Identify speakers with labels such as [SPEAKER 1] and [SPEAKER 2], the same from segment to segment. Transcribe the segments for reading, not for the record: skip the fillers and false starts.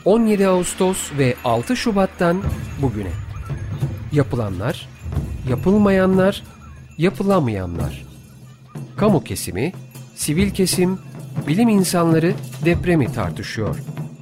[SPEAKER 1] 17 Ağustos ve 6 Şubat'tan bugüne. Yapılanlar, yapılmayanlar, yapılamayanlar. Kamu kesimi, sivil kesim, bilim insanları depremi tartışıyor.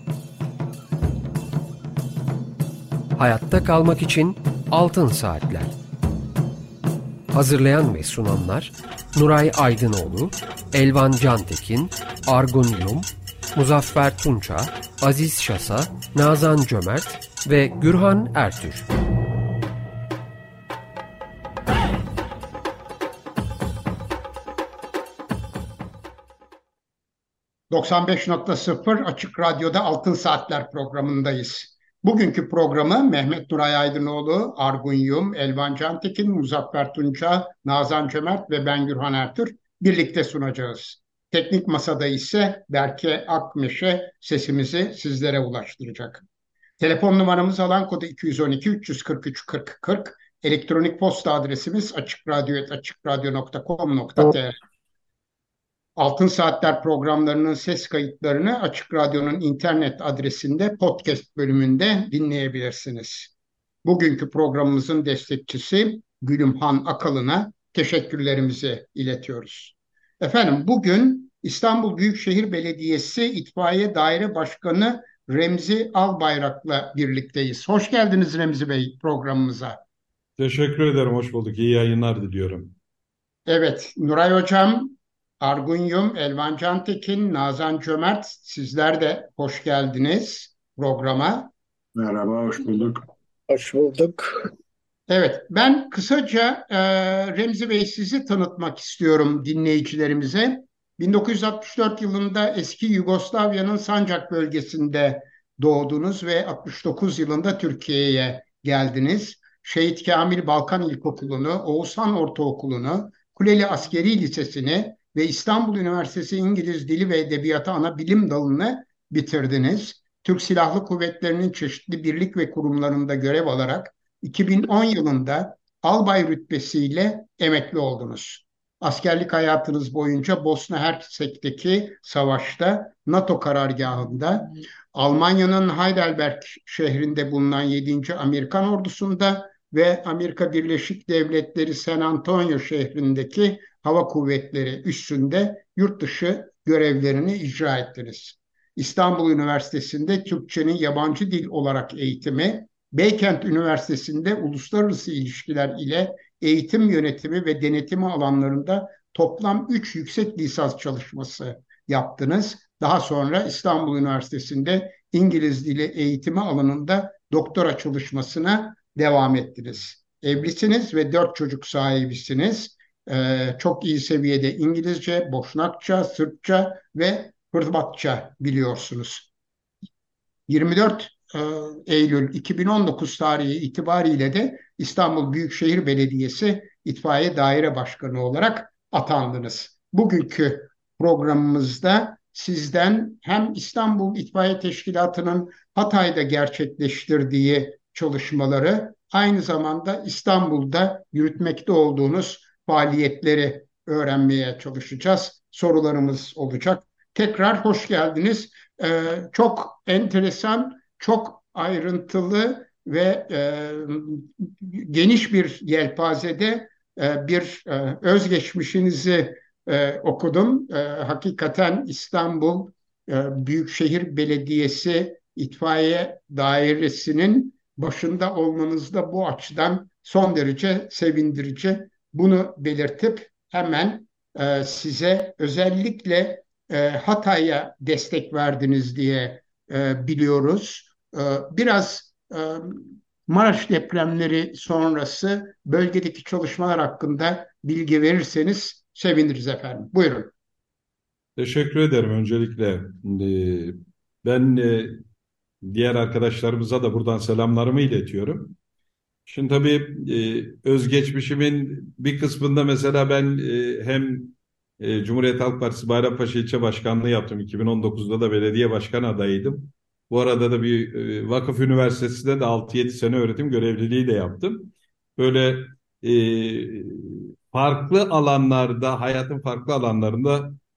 [SPEAKER 1] Hayatta kalmak için altın saatler. Hazırlayan ve sunanlar Nuray Aydınoğlu, Elvan Cantekin, Argun Yum, Muzaffer Tunça, Aziz Şasa, Nazan Cömert ve Gürhan Ertür.
[SPEAKER 2] ...95.0 Açık Radyo'da Altın Saatler programındayız. Bugünkü programı Mehmet Nuray Aydınoğlu, Argun Yum, Elvan Cantekin, Muzaffer Tunça, Nazan Cömert ve ben Gürhan Ertür birlikte sunacağız. Teknik masada ise Berke Akmeşe sesimizi sizlere ulaştıracak. Telefon numaramız alan kodu 212 343 40 40. Elektronik posta adresimiz açıkradyo@açıkradyo.com.tr. Altın Saatler programlarının ses kayıtlarını Açık Radyo'nun internet adresinde podcast bölümünde dinleyebilirsiniz. Bugünkü programımızın destekçisi Gülümhan Akalın'a teşekkürlerimizi iletiyoruz. Efendim bugün İstanbul Büyükşehir Belediyesi İtfaiye Daire Başkanı Remzi Albayrak'la birlikteyiz. Hoş geldiniz Remzi Bey programımıza.
[SPEAKER 3] Teşekkür ederim, hoş bulduk. İyi yayınlar diliyorum.
[SPEAKER 2] Evet, Nuray Hocam, Argun Yum, Elvan Cantekin, Nazan Cömert, sizler de hoş geldiniz programa.
[SPEAKER 4] Merhaba, hoş bulduk.
[SPEAKER 5] Hoş bulduk.
[SPEAKER 2] Evet, ben kısaca Remzi Bey sizi tanıtmak istiyorum dinleyicilerimize. 1964 yılında eski Yugoslavya'nın Sancak bölgesinde doğdunuz ve 69 yılında Türkiye'ye geldiniz. Şehit Kamil Balkan İlkokulu'nu, Oğuzhan Ortaokulu'nu, Kuleli Askeri Lisesi'ni ve İstanbul Üniversitesi İngiliz Dili ve Edebiyatı ana bilim dalını bitirdiniz. Türk Silahlı Kuvvetleri'nin çeşitli birlik ve kurumlarında görev alarak 2010 yılında albay rütbesiyle emekli oldunuz. Askerlik hayatınız boyunca Bosna Hersek'teki savaşta NATO karargahında, Almanya'nın Heidelberg şehrinde bulunan 7. Amerikan ordusunda ve Amerika Birleşik Devletleri San Antonio şehrindeki hava kuvvetleri üssünde yurt dışı görevlerini icra ettiniz. İstanbul Üniversitesi'nde Türkçenin yabancı dil olarak eğitimi, Beykent Üniversitesi'nde uluslararası ilişkiler ile eğitim yönetimi ve denetimi alanlarında toplam 3 yüksek lisans çalışması yaptınız. Daha sonra İstanbul Üniversitesi'nde İngiliz dili eğitimi alanında doktora çalışmasına devam ettiniz. Evlisiniz ve 4 çocuk sahibisiniz. Çok iyi seviyede İngilizce, Boşnakça, Sırpça ve Hırvatça biliyorsunuz. 24 Eylül 2019 tarihi itibariyle de İstanbul Büyükşehir Belediyesi İtfaiye Daire Başkanı olarak atandınız. Bugünkü programımızda sizden hem İstanbul İtfaiye Teşkilatı'nın Hatay'da gerçekleştirdiği çalışmaları, aynı zamanda İstanbul'da yürütmekte olduğunuz faaliyetleri öğrenmeye çalışacağız. Sorularımız olacak. Tekrar hoş geldiniz. Çok enteresan, çok ayrıntılı ve geniş bir yelpazede bir özgeçmişinizi okudum. Hakikaten İstanbul Büyükşehir Belediyesi İtfaiye Dairesi'nin başında olmanız da bu açıdan son derece sevindirici. Bunu belirtip hemen size özellikle Hatay'a destek verdiniz diye biliyoruz. Biraz Maraş depremleri sonrası bölgedeki çalışmalar hakkında bilgi verirseniz seviniriz efendim. Buyurun.
[SPEAKER 3] Teşekkür ederim öncelikle. Ben diğer arkadaşlarımıza da buradan selamlarımı iletiyorum. Şimdi tabii özgeçmişimin bir kısmında mesela ben hem Cumhuriyet Halk Partisi Bayrampaşa İlçe Başkanlığı yaptım. 2019'da da belediye başkan adayıydım. Bu arada da bir vakıf üniversitesinde de 6-7 sene öğretim görevliliği de yaptım. Böyle farklı alanlarda, hayatın farklı alanlarında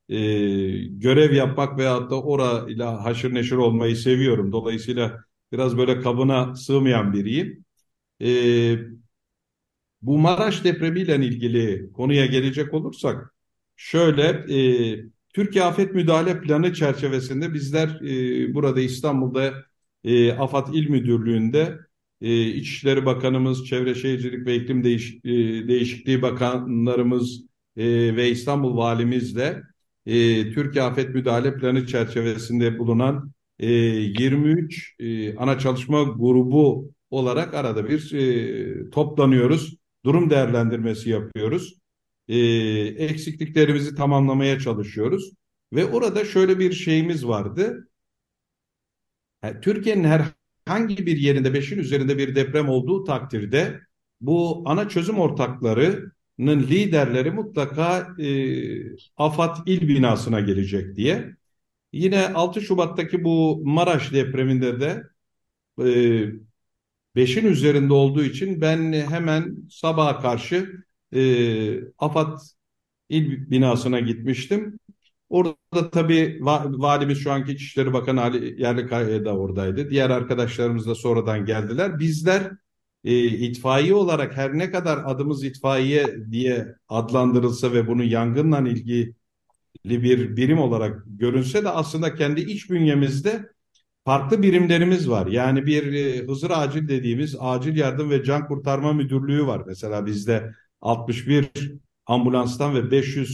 [SPEAKER 3] görev yapmak veyahut da orayla haşır neşir olmayı seviyorum. Dolayısıyla biraz böyle kabına sığmayan biriyim. E, Bu Maraş depremiyle ilgili konuya gelecek olursak, şöyle, Türkiye Afet Müdahale Planı çerçevesinde bizler burada İstanbul'da AFAD İl Müdürlüğü'nde İçişleri Bakanımız, Çevre Şehircilik ve İklim Değişikliği Bakanlarımız ve İstanbul Valimizle Türkiye Afet Müdahale Planı çerçevesinde bulunan 23 ana çalışma grubu olarak arada bir toplanıyoruz, durum değerlendirmesi yapıyoruz. Eksikliklerimizi tamamlamaya çalışıyoruz. Ve orada şöyle bir şeyimiz vardı. Yani Türkiye'nin herhangi bir yerinde 5'in üzerinde bir deprem olduğu takdirde bu ana çözüm ortaklarının liderleri mutlaka AFAD il binasına gelecek diye. Yine 6 Şubat'taki bu Maraş depreminde de e, 5'in üzerinde olduğu için ben hemen sabaha karşı AFAD il binasına gitmiştim. Orada tabii valimiz, şu anki İçişleri Bakanı Ali Yerlikaya da oradaydı. Diğer arkadaşlarımız da sonradan geldiler. Bizler itfaiye olarak, her ne kadar adımız itfaiye diye adlandırılsa ve bunu yangınla ilgili bir birim olarak görünse de, aslında kendi iç bünyemizde farklı birimlerimiz var. Yani bir Hızır Acil dediğimiz Acil Yardım ve Can Kurtarma Müdürlüğü var. Mesela bizde 61 ambulanstan ve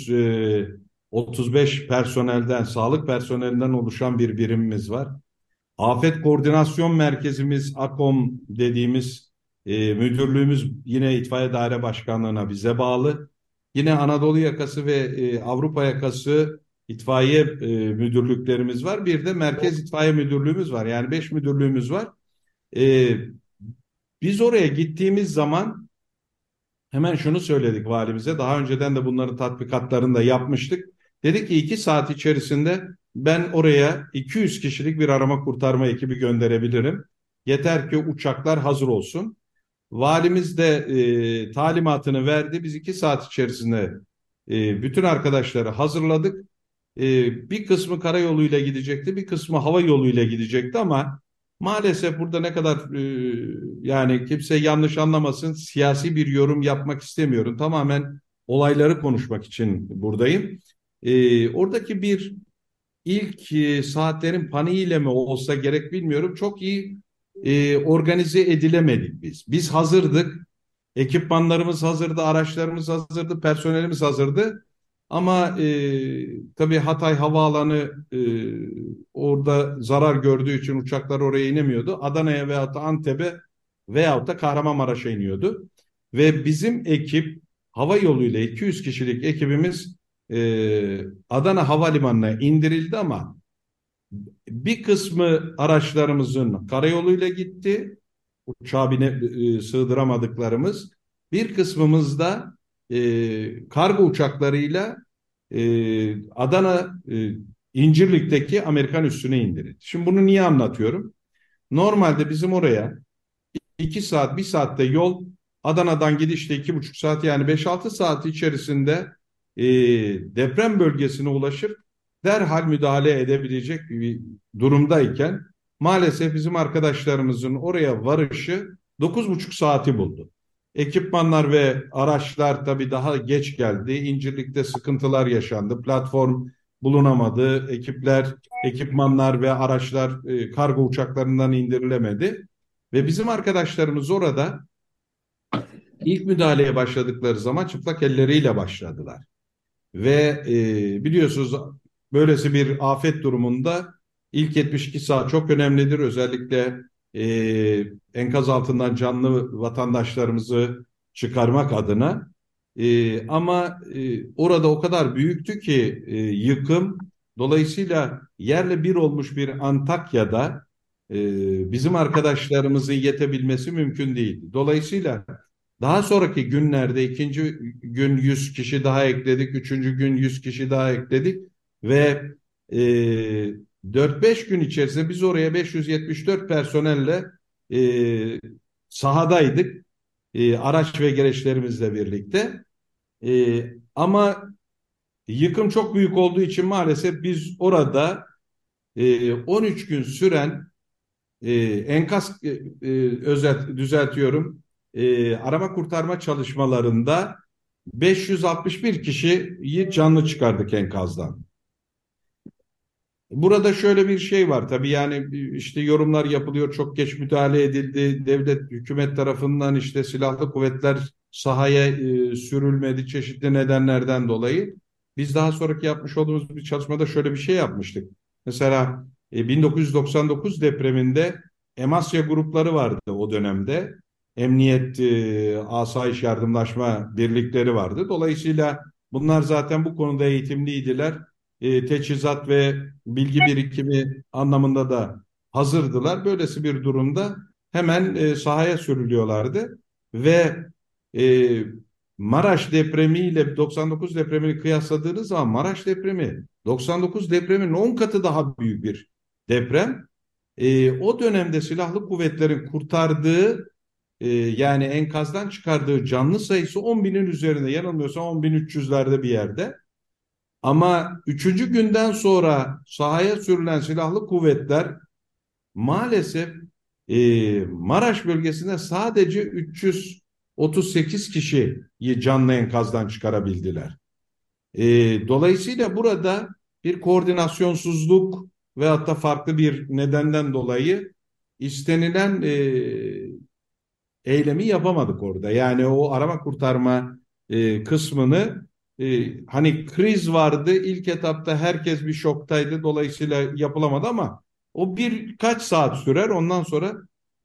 [SPEAKER 3] 535 personelden, sağlık personelinden oluşan bir birimimiz var. Afet Koordinasyon Merkezimiz, AKOM dediğimiz müdürlüğümüz yine İtfaiye Daire Başkanlığı'na bize bağlı. Yine Anadolu yakası ve Avrupa yakası itfaiye müdürlüklerimiz var. Bir de Merkez İtfaiye Müdürlüğümüz var. Yani 5 müdürlüğümüz var. E, Biz oraya gittiğimiz zaman hemen şunu söyledik valimize. Daha önceden de bunların tatbikatlarını da yapmıştık. Dedik ki 2 saat içerisinde ben oraya 200 kişilik bir arama kurtarma ekibi gönderebilirim. Yeter ki uçaklar hazır olsun. Valimiz de talimatını verdi. Biz 2 saat içerisinde bütün arkadaşları hazırladık. Bir kısmı karayoluyla gidecekti, bir kısmı hava yoluyla gidecekti ama maalesef burada ne kadar yani kimse yanlış anlamasın, siyasi bir yorum yapmak istemiyorum. Tamamen olayları konuşmak için buradayım. Oradaki bir ilk saatlerin paniğiyle mi olsa gerek bilmiyorum. Çok iyi organize edilemedik biz. Biz hazırdık. Ekipmanlarımız hazırdı, araçlarımız hazırdı, personelimiz hazırdı. Ama tabii Hatay Havaalanı orada zarar gördüğü için uçaklar oraya inemiyordu. Adana'ya veyahut da Antep'e veyahut da Kahramanmaraş'a iniyordu. Ve bizim ekip, hava yoluyla 200 kişilik ekibimiz Adana Havalimanı'na indirildi ama bir kısmı araçlarımızın karayoluyla gitti, uçağa sığdıramadıklarımız. Bir kısmımız da kargo uçaklarıyla Adana İncirlik'teki Amerikan üssüne indirildi. Şimdi bunu niye anlatıyorum? Normalde bizim oraya 2 saat, 1 saatte yol, Adana'dan gidişte 2,5 saat, yani 5-6 saat içerisinde e, deprem bölgesine ulaşıp derhal müdahale edebilecek bir durumdayken maalesef bizim arkadaşlarımızın oraya varışı 9,5 saati buldu. Ekipmanlar ve araçlar tabii daha geç geldi. İncirlik'te sıkıntılar yaşandı. Platform bulunamadı. Ekipmanlar ve araçlar kargo uçaklarından indirilemedi. Ve bizim arkadaşlarımız orada ilk müdahaleye başladıkları zaman çıplak elleriyle başladılar. Ve biliyorsunuz, böylesi bir afet durumunda ilk 72 saat çok önemlidir. Özellikle enkaz altından canlı vatandaşlarımızı çıkarmak adına. Ama orada o kadar büyüktü ki yıkım. Dolayısıyla yerle bir olmuş bir Antakya'da bizim arkadaşlarımızın yetebilmesi mümkün değildi. Dolayısıyla daha sonraki günlerde ikinci gün 100 kişi daha ekledik, üçüncü gün 100 kişi daha ekledik ve e, 4-5 gün içerisinde biz oraya 574 personelle sahadaydık, araç ve gereçlerimizle birlikte. Ama yıkım çok büyük olduğu için maalesef biz orada 13 gün süren enkaz düzeltiyorum, arama kurtarma çalışmalarında 561 kişiyi canlı çıkardık enkazdan. Burada şöyle bir şey var tabii, yani işte yorumlar yapılıyor, çok geç müdahale edildi, devlet hükümet tarafından işte silahlı kuvvetler sahaya sürülmedi çeşitli nedenlerden dolayı. Biz daha sonraki yapmış olduğumuz bir çalışmada şöyle bir şey yapmıştık. Mesela 1999 depreminde Emasya grupları vardı o dönemde. Emniyet, asayiş yardımlaşma birlikleri vardı. Dolayısıyla bunlar zaten bu konuda eğitimliydiler. Teçhizat ve bilgi birikimi anlamında da hazırdılar. Böylesi bir durumda hemen sahaya sürülüyorlardı ve e, Maraş depremiyle 99 depremini kıyasladığınız zaman Maraş depremi 99 depreminin 10 katı daha büyük bir deprem. O dönemde silahlı kuvvetlerin kurtardığı, yani enkazdan çıkardığı canlı sayısı 10 binin üzerinde, yanılmıyorsam 10.300'lerde bir yerde. Ama üçüncü günden sonra sahaya sürülen silahlı kuvvetler maalesef Maraş bölgesinde sadece 338 kişiyi canlı enkazdan çıkarabildiler. Dolayısıyla burada bir koordinasyonsuzluk ve hatta farklı bir nedenden dolayı istenilen eylemi yapamadık orada. Yani o arama kurtarma kısmını, hani kriz vardı ilk etapta, herkes bir şoktaydı, dolayısıyla yapılamadı ama o birkaç saat sürer, ondan sonra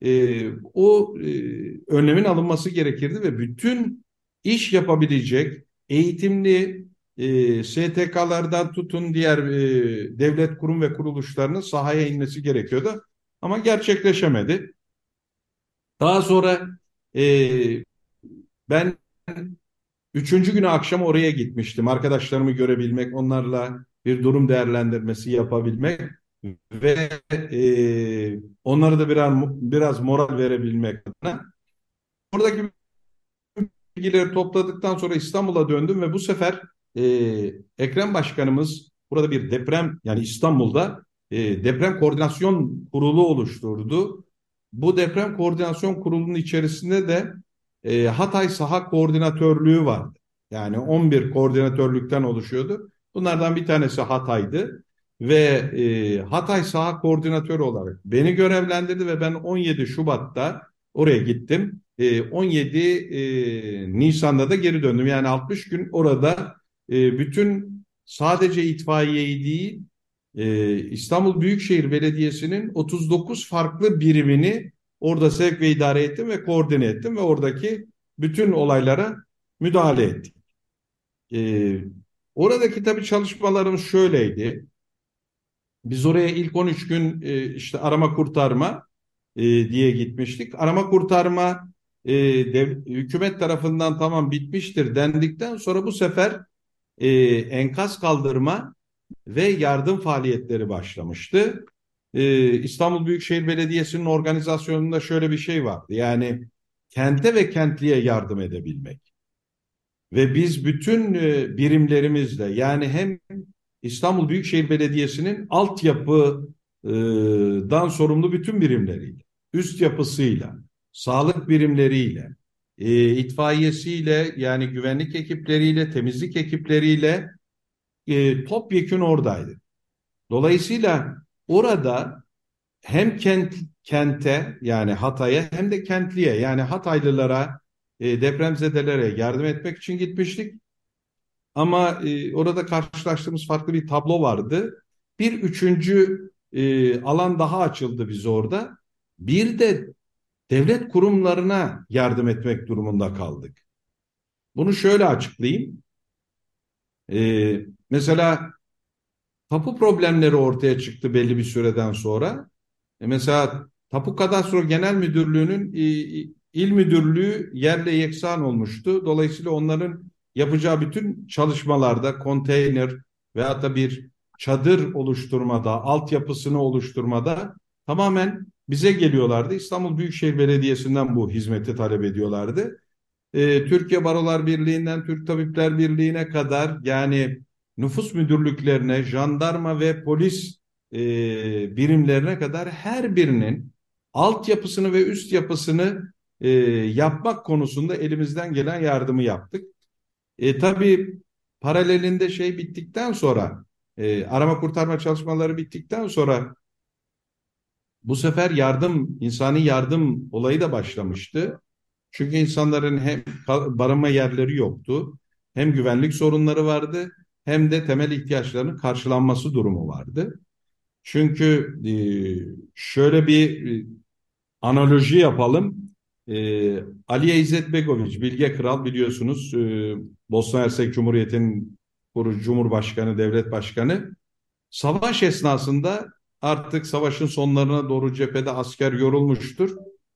[SPEAKER 3] o önlemin alınması gerekirdi ve bütün iş yapabilecek eğitimli STK'lardan tutun diğer devlet kurum ve kuruluşlarının sahaya inmesi gerekiyordu ama gerçekleşemedi. Daha sonra e, ben üçüncü günü akşam oraya gitmiştim. Arkadaşlarımı görebilmek, onlarla bir durum değerlendirmesi yapabilmek ve onlara da biraz moral verebilmek adına. Oradaki bilgileri topladıktan sonra İstanbul'a döndüm ve bu sefer e, Ekrem Başkanımız burada bir deprem, yani İstanbul'da deprem koordinasyon kurulu oluşturdu. Bu deprem koordinasyon kurulunun içerisinde de Hatay Saha Koordinatörlüğü vardı. Yani 11 koordinatörlükten oluşuyordu. Bunlardan bir tanesi Hatay'dı ve Hatay Saha Koordinatörü olarak beni görevlendirdi ve ben 17 Şubat'ta oraya gittim. 17 Nisan'da da geri döndüm. Yani 60 gün orada bütün, sadece itfaiyeyi değil, İstanbul Büyükşehir Belediyesi'nin 39 farklı birimini orada sevk ve idare ettim ve koordine ettim ve oradaki bütün olaylara müdahale ettim. E, Oradaki tabii çalışmalarımız şöyleydi. Biz oraya ilk 13 gün işte arama kurtarma diye gitmiştik. Arama kurtarma hükümet tarafından tamam bitmiştir dendikten sonra bu sefer enkaz kaldırma ve yardım faaliyetleri başlamıştı. İstanbul Büyükşehir Belediyesi'nin organizasyonunda şöyle bir şey vardı. Yani kente ve kentliye yardım edebilmek. Ve biz bütün birimlerimizle, yani hem İstanbul Büyükşehir Belediyesi'nin altyapıdan sorumlu bütün birimleriyle, üst yapısıyla, sağlık birimleriyle, itfaiyesiyle, yani güvenlik ekipleriyle, temizlik ekipleriyle topyekün oradaydı. Dolayısıyla orada hem kente, yani Hatay'a, hem de kentliye, yani Hataylılara, depremzedelere yardım etmek için gitmiştik. Ama orada karşılaştığımız farklı bir tablo vardı. Bir üçüncü alan daha açıldı bize orada. Bir de devlet kurumlarına yardım etmek durumunda kaldık. Bunu şöyle açıklayayım. Mesela tapu problemleri ortaya çıktı belli bir süreden sonra. Mesela Tapu Kadastro Genel Müdürlüğü'nün il müdürlüğü yerle yeksan olmuştu. Dolayısıyla onların yapacağı bütün çalışmalarda konteyner veyahut da bir çadır oluşturmada, altyapısını oluşturmada tamamen bize geliyorlardı. İstanbul Büyükşehir Belediyesi'nden bu hizmeti talep ediyorlardı. Türkiye Barolar Birliği'nden Türk Tabipler Birliği'ne kadar, yani nüfus müdürlüklerine, jandarma ve polis birimlerine kadar her birinin altyapısını ve üst yapısını yapmak konusunda elimizden gelen yardımı yaptık. Tabii paralelinde şey bittikten sonra, arama kurtarma çalışmaları bittikten sonra bu sefer insani yardım olayı da başlamıştı. Çünkü insanların hem barınma yerleri yoktu, hem güvenlik sorunları vardı, hem de temel ihtiyaçlarının karşılanması durumu vardı. Çünkü şöyle bir analoji yapalım. Ali İzzet Begoviç, Bilge Kral biliyorsunuz, Bosna Hersek Cumhuriyeti'nin kurucu Cumhurbaşkanı, devlet başkanı. Savaş esnasında artık savaşın sonlarına doğru cephede asker yorulmuştur.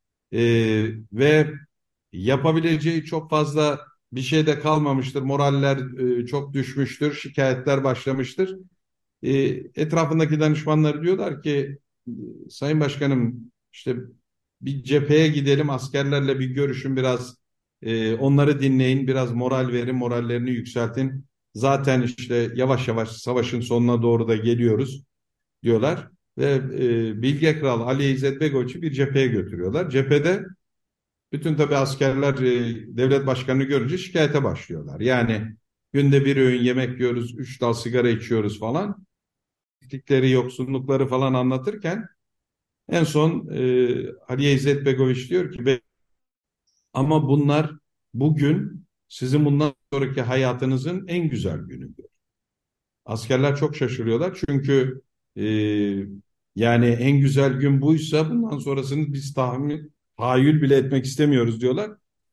[SPEAKER 3] Ve yapabileceği çok fazla bir şey de kalmamıştır. Moraller çok düşmüştür, şikayetler başlamıştır. E, Etrafındaki danışmanları diyorlar ki, Sayın Başkanım işte bir cepheye gidelim, askerlerle bir görüşün, biraz onları dinleyin, biraz moral verin, morallerini yükseltin. Zaten işte yavaş yavaş savaşın sonuna doğru da geliyoruz diyorlar. Ve Bilge Kral Ali İzzet Begoviç'i bir cepheye götürüyorlar. Cephede bütün tabii askerler devlet başkanını görünce şikayete başlıyorlar. Yani günde bir öğün yemek yiyoruz, 3 dal sigara içiyoruz falan. Eksiklikleri, yoksunlukları falan anlatırken en son Ali İzzet Begoviç diyor ki, ama bunlar bugün sizin bundan sonraki hayatınızın en güzel günü. Askerler çok şaşırıyorlar çünkü e, yani en güzel gün buysa bundan sonrasını biz tahayyül bile etmek istemiyoruz diyorlar.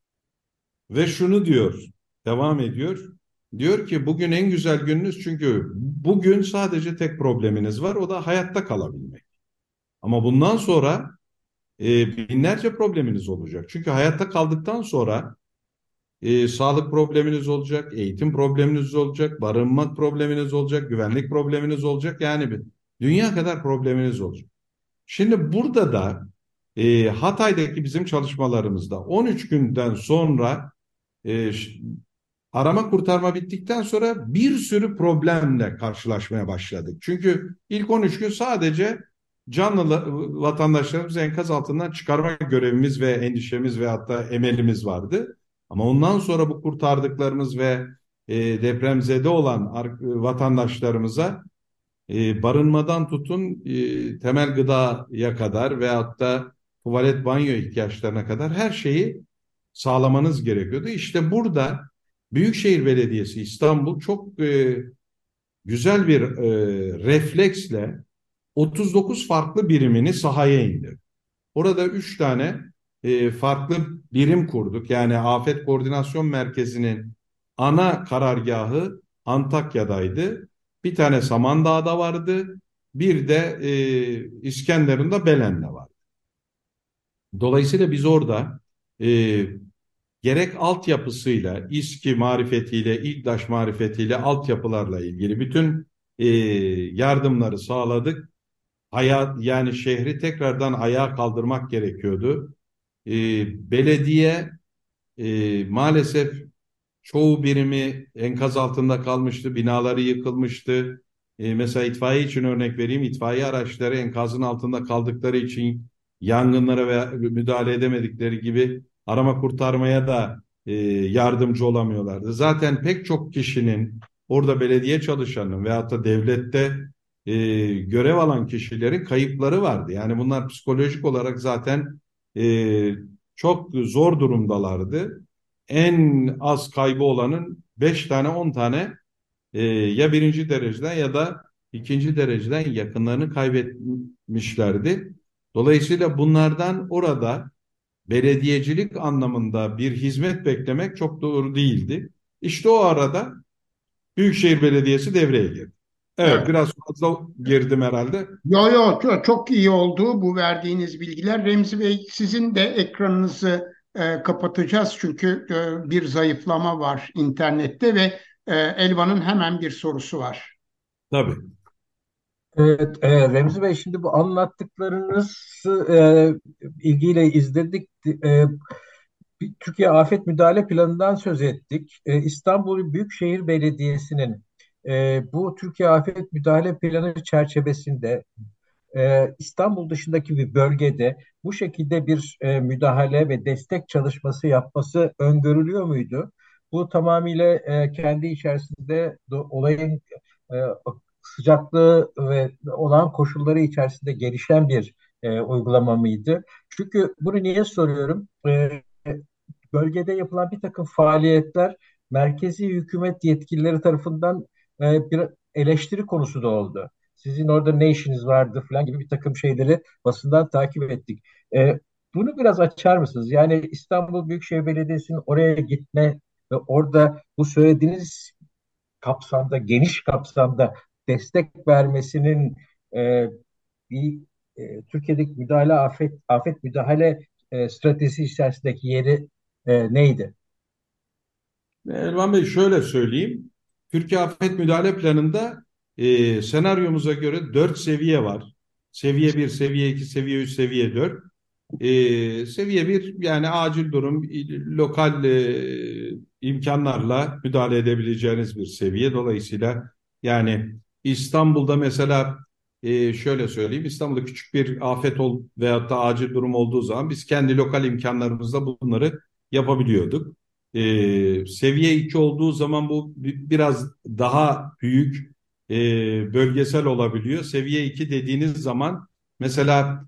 [SPEAKER 3] Ve şunu diyor, devam ediyor. Diyor ki bugün en güzel gününüz, çünkü bugün sadece tek probleminiz var, o da hayatta kalabilmek. Ama bundan sonra binlerce probleminiz olacak. Çünkü hayatta kaldıktan sonra sağlık probleminiz olacak, eğitim probleminiz olacak, barınma probleminiz olacak, güvenlik probleminiz olacak. Yani dünya kadar probleminiz olacak. Şimdi burada da Hatay'daki bizim çalışmalarımızda 13 günden sonra e, arama kurtarma bittikten sonra bir sürü problemle karşılaşmaya başladık. Çünkü ilk 13 gün sadece canlı vatandaşlarımızı enkaz altından çıkarma görevimiz ve endişemiz ve hatta emelimiz vardı. Ama ondan sonra bu kurtardıklarımız ve depremzede olan vatandaşlarımıza barınmadan tutun temel gıdaya kadar ve hatta tuvalet banyo ihtiyaçlarına kadar her şeyi sağlamanız gerekiyordu. İşte burada Büyükşehir Belediyesi İstanbul çok güzel bir refleksle 39 farklı birimini sahaya indirdi. Orada 3 tane farklı birim kurduk. Yani Afet Koordinasyon Merkezi'nin ana karargahı Antakya'daydı. Bir tane Samandağ'da vardı. Bir de İskenderun'da Belen'de var. Dolayısıyla biz orada e, gerek altyapısıyla, İSKİ marifetiyle, İGDAŞ marifetiyle, altyapılarla ilgili bütün yardımları sağladık. Yani şehri tekrardan ayağa kaldırmak gerekiyordu. E, Belediye maalesef çoğu birimi enkaz altında kalmıştı, binaları yıkılmıştı. Mesela itfaiye için örnek vereyim, itfaiye araçları enkazın altında kaldıkları için yangınlara müdahale edemedikleri gibi arama kurtarmaya da yardımcı olamıyorlardı. Zaten pek çok kişinin, orada belediye çalışanının veyahut da devlette görev alan kişilerin kayıpları vardı. Yani bunlar psikolojik olarak zaten e, çok zor durumdalardı. En az kaybı olanın 5 tane 10 tane ya birinci dereceden ya da ikinci dereceden yakınlarını kaybetmişlerdi. Dolayısıyla bunlardan orada belediyecilik anlamında bir hizmet beklemek çok doğru değildi. İşte o arada Büyükşehir Belediyesi devreye girdi. Evet,
[SPEAKER 2] Evet.
[SPEAKER 3] biraz fazla girdim herhalde.
[SPEAKER 2] Yo, çok iyi oldu bu verdiğiniz bilgiler. Remzi Bey, sizin de ekranınızı kapatacağız çünkü bir zayıflama var internette ve Elvan'ın hemen bir sorusu var.
[SPEAKER 3] Tabii.
[SPEAKER 5] Evet, Remzi Bey, şimdi bu anlattıklarınızı ilgiyle izledik. Bir Türkiye Afet Müdahale Planı'ndan söz ettik. İstanbul Büyükşehir Belediyesi'nin Bu Türkiye Afet Müdahale Planı çerçevesinde İstanbul dışındaki bir bölgede bu şekilde bir müdahale ve destek çalışması yapması öngörülüyor muydu? Bu tamamıyla kendi içerisinde olayın e, sıcaklığı ve olan koşulları içerisinde gelişen bir uygulama mıydı? Çünkü bunu niye soruyorum? Bölgede yapılan bir takım faaliyetler merkezi hükümet yetkilileri tarafından bir eleştiri konusu da oldu. Sizin orada ne işiniz vardı falan gibi bir takım şeyleri basından takip ettik. Bunu biraz açar mısınız? Yani İstanbul Büyükşehir Belediyesi'nin oraya gitme ve orada bu söylediğiniz kapsamda, geniş kapsamda destek vermesinin e, bir Türkiye'deki afet müdahale stratejisi içerisindeki yeri neydi?
[SPEAKER 3] Elvan Bey şöyle söyleyeyim. Türkiye Afet Müdahale Planı'nda senaryomuza göre 4 seviye var. Seviye bir, seviye 2, seviye 3, seviye 4. Seviye bir yani acil durum, lokal imkanlarla müdahale edebileceğiniz bir seviye. Dolayısıyla yani İstanbul'da mesela şöyle söyleyeyim. İstanbul'da küçük bir afet veyahut da acil durum olduğu zaman biz kendi lokal imkanlarımızla bunları yapabiliyorduk. Seviye 2 olduğu zaman bu biraz daha büyük bölgesel olabiliyor. Seviye 2 dediğiniz zaman mesela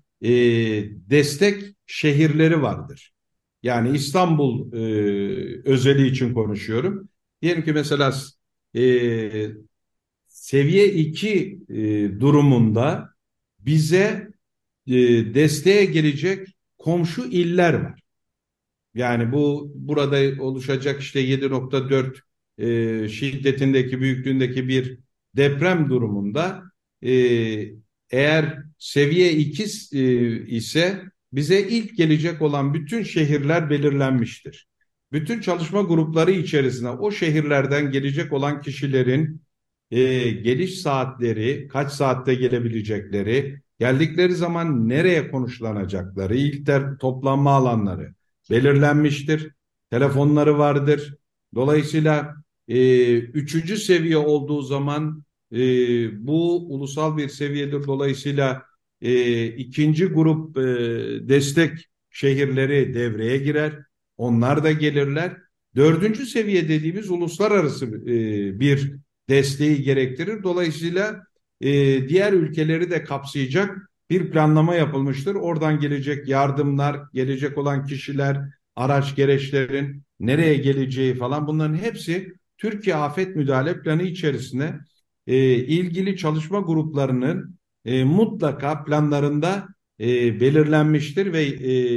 [SPEAKER 3] destek şehirleri vardır. Yani İstanbul özeli için konuşuyorum. Diyelim ki mesela e, seviye 2 durumunda bize desteğe gelecek komşu iller var. Yani burada oluşacak işte 7,4 şiddetindeki büyüklüğündeki bir deprem durumunda e, eğer seviye 2 ise bize ilk gelecek olan bütün şehirler belirlenmiştir. Bütün çalışma grupları içerisinde o şehirlerden gelecek olan kişilerin geliş saatleri, kaç saatte gelebilecekleri, geldikleri zaman nereye konuşlanacakları, ilk toplanma alanları belirlenmiştir. Telefonları vardır. Dolayısıyla üçüncü seviye olduğu zaman bu ulusal bir seviyedir. Dolayısıyla ikinci grup destek şehirleri devreye girer. Onlar da gelirler. Dördüncü seviye dediğimiz uluslararası bir desteği gerektirir. Dolayısıyla diğer ülkeleri de kapsayacak bir planlama yapılmıştır. Oradan gelecek yardımlar, gelecek olan kişiler, araç gereçlerin nereye geleceği falan bunların hepsi Türkiye Afet Müdahale Planı içerisinde ilgili çalışma gruplarının mutlaka planlarında belirlenmiştir ve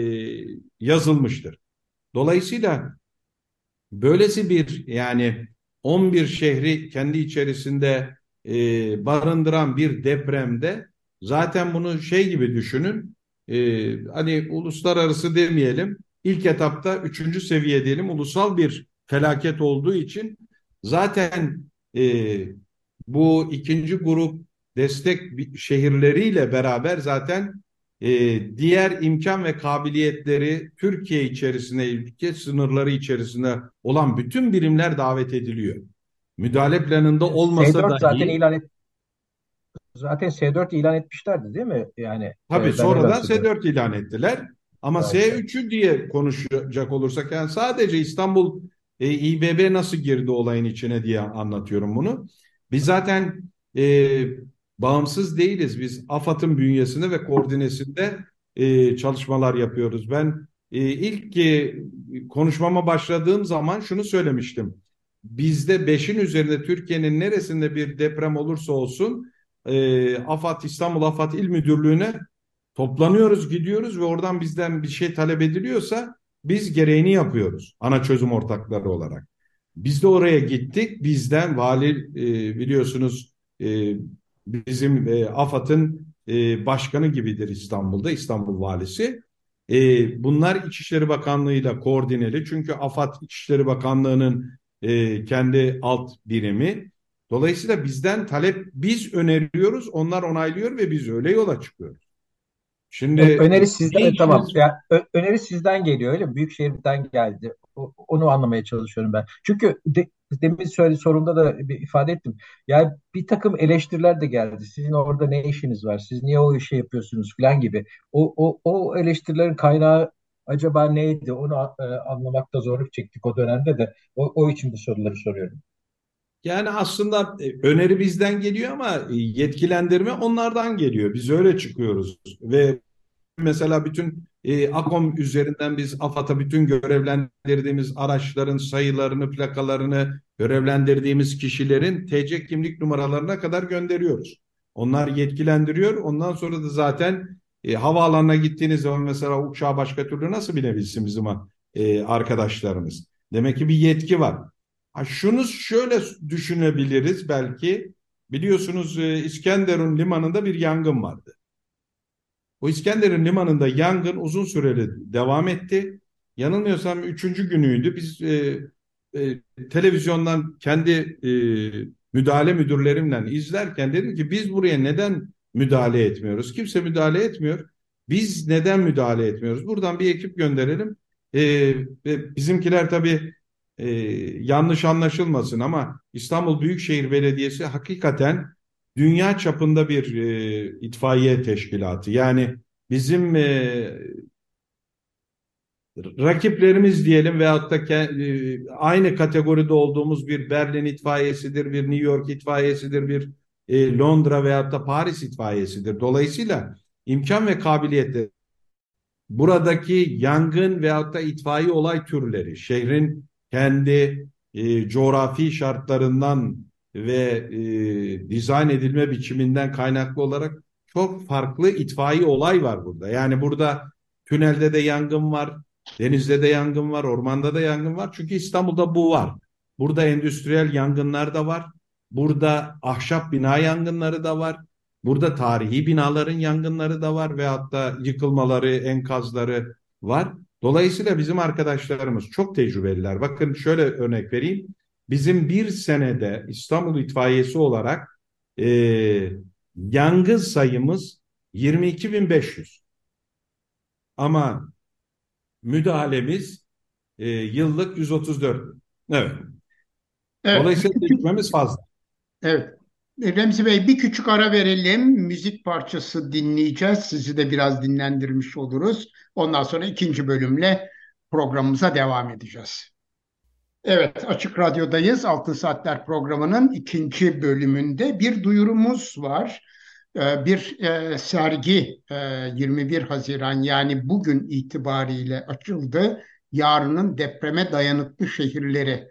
[SPEAKER 3] yazılmıştır. Dolayısıyla böylesi bir yani 11 şehri kendi içerisinde barındıran bir depremde zaten bunu şey gibi düşünün. Hani uluslararası demeyelim. İlk etapta üçüncü seviye diyelim ulusal bir felaket olduğu için zaten e, bu ikinci grup destek şehirleriyle beraber zaten diğer imkan ve kabiliyetleri Türkiye içerisinde, ülke sınırları içerisinde olan bütün birimler davet ediliyor. Müdahale planında olmasa
[SPEAKER 5] S4 zaten
[SPEAKER 3] dahi
[SPEAKER 5] S4 ilan etmişlerdi değil mi? Yani
[SPEAKER 3] tabii
[SPEAKER 5] ben öyle
[SPEAKER 3] sonradan
[SPEAKER 5] hatırlıyorum.
[SPEAKER 3] S4 ilan ettiler. Ama
[SPEAKER 5] Harika.
[SPEAKER 3] S3'ü diye konuşacak olursak yani sadece İstanbul İBB nasıl girdi olayın içine diye anlatıyorum bunu. Biz zaten e, bağımsız değiliz. Biz AFAD'ın bünyesinde ve koordinesinde çalışmalar yapıyoruz. Ben ilk konuşmama başladığım zaman şunu söylemiştim. Bizde beşin üzerinde Türkiye'nin neresinde bir deprem olursa olsun AFAD İstanbul AFAD İl Müdürlüğü'ne toplanıyoruz, gidiyoruz ve oradan bizden bir şey talep ediliyorsa biz gereğini yapıyoruz ana çözüm ortakları olarak. Biz de oraya gittik. Bizden vali biliyorsunuz bizim AFAD'ın başkanı gibidir İstanbul'da, İstanbul valisi. Bunlar İçişleri Bakanlığı'yla koordineli. Çünkü AFAD İçişleri Bakanlığı'nın kendi alt birimi. Dolayısıyla bizden talep biz öneriyoruz, onlar onaylıyor ve biz öyle yola çıkıyoruz. Şimdi
[SPEAKER 5] Öneri
[SPEAKER 3] ne
[SPEAKER 5] sizden tamam.
[SPEAKER 3] işiniz?
[SPEAKER 5] Ya, öneri sizden geliyor öyle mi? Büyükşehir'den geldi. Onu anlamaya çalışıyorum ben. Çünkü demin söylediğim sorumda da bir ifade ettim. Yani bir takım eleştiriler de geldi. Sizin orada ne işiniz var? Siz niye o işi yapıyorsunuz falan gibi. O eleştirilerin kaynağı acaba neydi? Onu anlamakta zorluk çektik o dönemde de. O için bu soruları soruyorum.
[SPEAKER 3] Yani aslında öneri bizden geliyor ama yetkilendirme onlardan geliyor. Biz öyle çıkıyoruz ve mesela bütün AKOM üzerinden biz AFAD'a bütün görevlendirdiğimiz araçların sayılarını, plakalarını, görevlendirdiğimiz kişilerin TC kimlik numaralarına kadar gönderiyoruz. Onlar yetkilendiriyor. Ondan sonra da zaten havaalanına gittiğiniz zaman mesela uçağa başka türlü nasıl binebilsin bizim arkadaşlarımız? Demek ki bir yetki var. Ha, şunu şöyle düşünebiliriz belki. Biliyorsunuz İskenderun limanında bir yangın vardı. O İskenderun limanında yangın uzun süreli devam etti. Yanılmıyorsam üçüncü günüydü. Biz televizyondan kendi müdahale müdürlerimle izlerken dedim ki biz buraya neden müdahale etmiyoruz? Kimse müdahale etmiyor. Biz neden müdahale etmiyoruz? Buradan bir ekip gönderelim. E, Ve bizimkiler tabii e, yanlış anlaşılmasın ama İstanbul Büyükşehir Belediyesi hakikaten dünya çapında bir itfaiye teşkilatı. Yani bizim rakiplerimiz diyelim veyahut da aynı kategoride olduğumuz bir Berlin itfaiyesidir, bir New York itfaiyesidir, bir Londra veyahut da Paris itfaiyesidir. Dolayısıyla imkan ve kabiliyette buradaki yangın veyahut da itfaiye olay türleri şehrin kendi coğrafi şartlarından ve dizayn edilme biçiminden kaynaklı olarak çok farklı itfaiye olay var burada. Yani burada tünelde de yangın var, denizde de yangın var, ormanda da yangın var. Çünkü İstanbul'da bu var. Burada endüstriyel yangınlar da var. Burada ahşap bina yangınları da var. Burada tarihi binaların yangınları da var ve hatta yıkılmaları, enkazları var. Dolayısıyla bizim arkadaşlarımız çok tecrübeliler. Bakın şöyle örnek vereyim. Bizim bir senede İstanbul İtfaiyesi olarak e, yangın sayımız 22.500. Ama müdahalemiz yıllık 134. Evet.
[SPEAKER 2] Evet,
[SPEAKER 3] Dolayısıyla tecrübemiz fazla.
[SPEAKER 2] evet. Remzi Bey, bir küçük ara verelim. Müzik parçası dinleyeceğiz. Sizi de biraz dinlendirmiş oluruz. Ondan sonra ikinci bölümle programımıza devam edeceğiz. Evet, Açık Radyo'dayız. Altın Saatler programının ikinci bölümünde bir duyurumuz var. Bir sergi 21 Haziran yani bugün itibariyle açıldı. Yarının depreme dayanıklı şehirleri.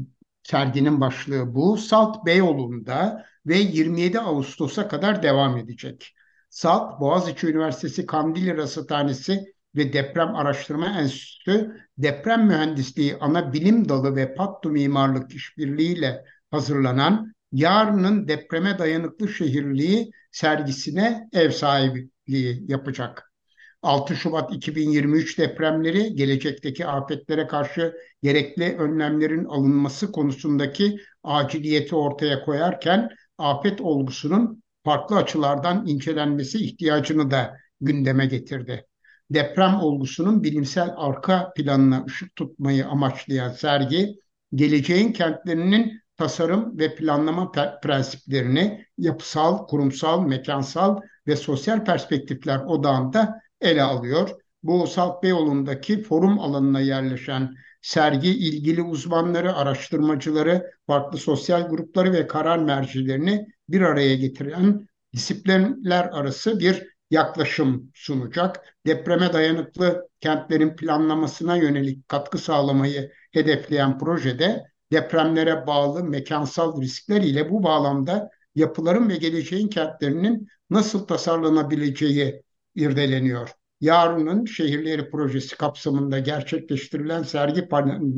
[SPEAKER 2] Serginin başlığı bu. Salt Beyoğlu'nda ve 27 Ağustos'a kadar devam edecek. Salt, Boğaziçi Üniversitesi Kandilli Rasathanesi ve Deprem Araştırma Enstitüsü Deprem Mühendisliği Ana Bilim Dalı ve Pattu Mimarlık İşbirliği'yle hazırlanan Yarının Depreme Dayanıklı Şehirliği sergisine ev sahipliği yapacak. 6 Şubat 2023 depremleri gelecekteki afetlere karşı gerekli önlemlerin alınması konusundaki aciliyeti ortaya koyarken afet olgusunun farklı açılardan incelenmesi ihtiyacını da gündeme getirdi. Deprem olgusunun bilimsel arka planına ışık tutmayı amaçlayan sergi, geleceğin kentlerinin tasarım ve planlama prensiplerini yapısal, kurumsal, mekansal ve sosyal perspektifler odağında ele alıyor. Bu Salt Beyoğlu'ndaki forum alanına yerleşen sergi ilgili uzmanları, araştırmacıları, farklı sosyal grupları ve karar mercilerini bir araya getiren disiplinler arası bir yaklaşım sunacak. Depreme dayanıklı kentlerin planlamasına yönelik katkı sağlamayı hedefleyen projede depremlere bağlı mekansal riskler ile bu bağlamda yapıların ve geleceğin kentlerinin nasıl tasarlanabileceği irdeleniyor. Yarının Şehirleri Projesi kapsamında gerçekleştirilen sergi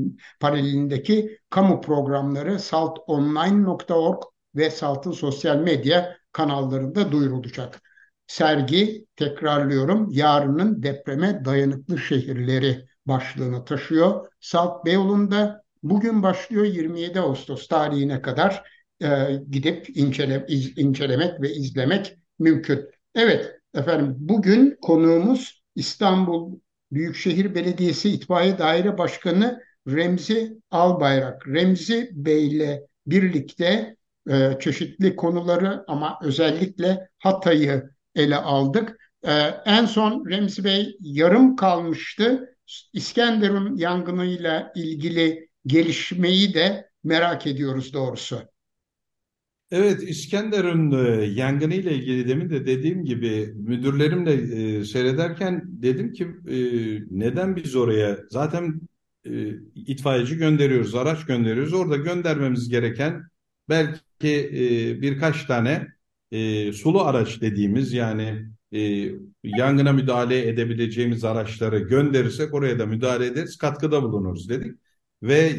[SPEAKER 2] panelindeki kamu programları saltonline.org ve Salt'ın sosyal medya kanallarında duyurulacak. Sergi, tekrarlıyorum, Yarının Depreme Dayanıklı Şehirleri başlığını taşıyor. Salt Beyoğlu'nda bugün başlıyor, 27 Ağustos tarihine kadar gidip incelemek ve izlemek mümkün. Evet efendim, bugün konuğumuz İstanbul Büyükşehir Belediyesi İtfaiye Daire Başkanı Remzi Albayrak. Remzi Bey'le birlikte çeşitli konuları ama özellikle Hatay'ı ele aldık. En son Remzi Bey yarım kalmıştı. İskenderun yangınıyla ilgili gelişmeyi de merak ediyoruz doğrusu.
[SPEAKER 3] Evet, İskenderun yangını ile ilgili demin de dediğim gibi müdürlerimle seyrederken dedim ki neden biz oraya zaten itfaiyeci gönderiyoruz, araç gönderiyoruz. Orada göndermemiz gereken belki birkaç tane sulu araç dediğimiz yani yangına müdahale edebileceğimiz araçları gönderirsek oraya da müdahale ederiz, katkıda bulunuruz dedik. Ve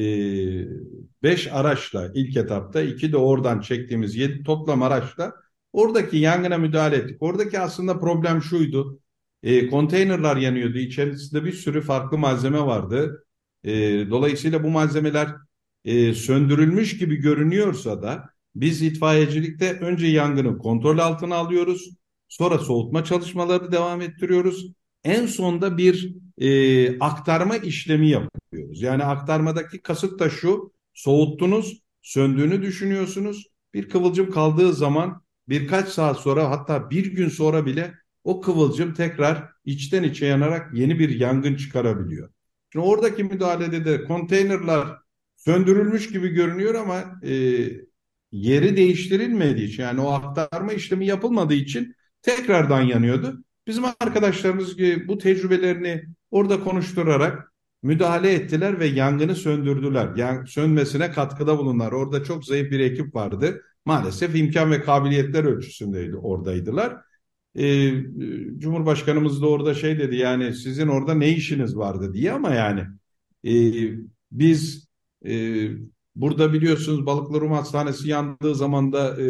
[SPEAKER 3] 5 araçla ilk etapta 2 de oradan çektiğimiz 7 toplam araçla oradaki yangına müdahale ettik. Oradaki aslında problem şuydu. Konteynerlar yanıyordu. İçerisinde bir sürü farklı malzeme vardı. Dolayısıyla bu malzemeler söndürülmüş gibi görünüyorsa da biz itfaiyecilikte önce yangını kontrol altına alıyoruz. Sonra soğutma çalışmaları devam ettiriyoruz. En sonda bir aktarma işlemi yapıyoruz. Yani aktarmadaki kasıt da şu: soğuttunuz, söndüğünü düşünüyorsunuz. Bir kıvılcım kaldığı zaman birkaç saat sonra, hatta bir gün sonra bile o kıvılcım tekrar içten içe yanarak yeni bir yangın çıkarabiliyor. Şimdi oradaki müdahalede de konteynerler söndürülmüş gibi görünüyor ama yeri değiştirilmediği için, yani o aktarma işlemi yapılmadığı için tekrardan yanıyordu. Bizim arkadaşlarımız bu tecrübelerini orada konuşturarak müdahale ettiler ve yangını söndürdüler. Sönmesine katkıda bulundular. Orada çok zayıf bir ekip vardı. Maalesef imkan ve kabiliyetler ölçüsündeydi, oradaydılar. Ee, Cumhurbaşkanımız da orada şey dedi, yani sizin orada ne işiniz vardı diye, ama yani biz e, burada biliyorsunuz Balıklırum Hastanesi yandığı zaman da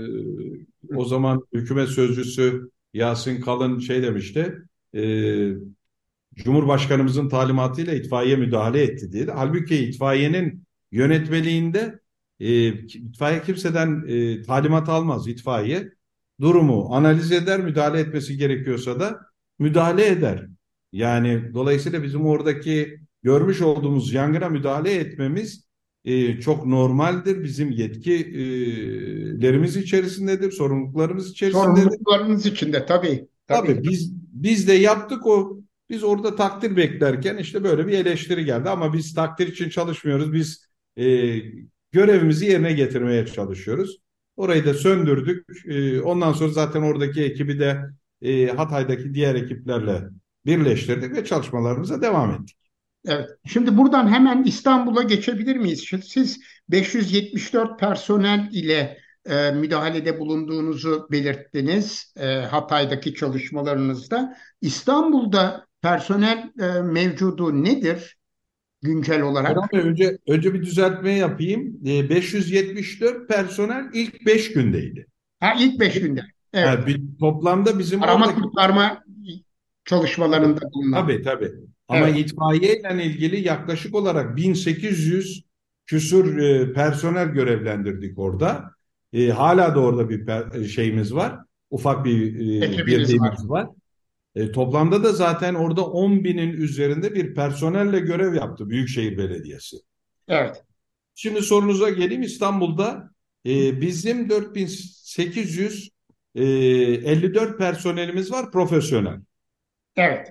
[SPEAKER 3] o zaman hükümet sözcüsü Yasin Kalın şey demişti. E, Cumhurbaşkanımızın talimatıyla itfaiye müdahale etti diye. Halbuki itfaiyenin yönetmeliğinde itfaiye kimseden talimat almaz. İtfaiye durumu analiz eder, müdahale etmesi gerekiyorsa da müdahale eder. Yani dolayısıyla bizim oradaki görmüş olduğumuz yangına müdahale etmemiz çok normaldir. Bizim yetkilerimiz içerisindedir, sorumluluklarımız içerisindedir.
[SPEAKER 2] Sorumluluklarınız içinde tabii. Tabii.
[SPEAKER 3] Tabii biz de yaptık o. Biz orada takdir beklerken işte böyle bir eleştiri geldi, ama biz takdir için çalışmıyoruz. Biz görevimizi yerine getirmeye çalışıyoruz. Orayı da söndürdük. Ondan sonra zaten oradaki ekibi de Hatay'daki diğer ekiplerle birleştirdik ve çalışmalarımıza devam ettik.
[SPEAKER 2] Evet. Şimdi buradan hemen İstanbul'a geçebilir miyiz? Siz 574 personel ile müdahalede bulunduğunuzu belirttiniz Hatay'daki çalışmalarınızda. İstanbul'da personel mevcudu nedir güncel
[SPEAKER 3] Erhan
[SPEAKER 2] olarak?
[SPEAKER 3] Bey, önce bir düzeltme yapayım. 574 personel ilk 5 gündeydi.
[SPEAKER 2] Ha, ilk 5 günde. Evet.
[SPEAKER 3] Yani toplamda bizim
[SPEAKER 2] Arama
[SPEAKER 3] oradaki.
[SPEAKER 2] kurtarma
[SPEAKER 3] Tabii,
[SPEAKER 2] çalışmalarında bulunan.
[SPEAKER 3] tabii. Ama
[SPEAKER 2] Evet.
[SPEAKER 3] itfaiye ile ilgili yaklaşık olarak 1800 küsur personel görevlendirdik orada. Hala da orada bir şeyimiz var. Ufak bir
[SPEAKER 2] Ekibiniz var.
[SPEAKER 3] birliğimiz var. Toplamda da zaten orada 10 binin üzerinde bir personelle görev yaptı Büyükşehir Belediyesi.
[SPEAKER 2] Evet.
[SPEAKER 3] Şimdi sorunuza geleyim. İstanbul'da bizim 4854 personelimiz var, profesyonel.
[SPEAKER 2] Evet.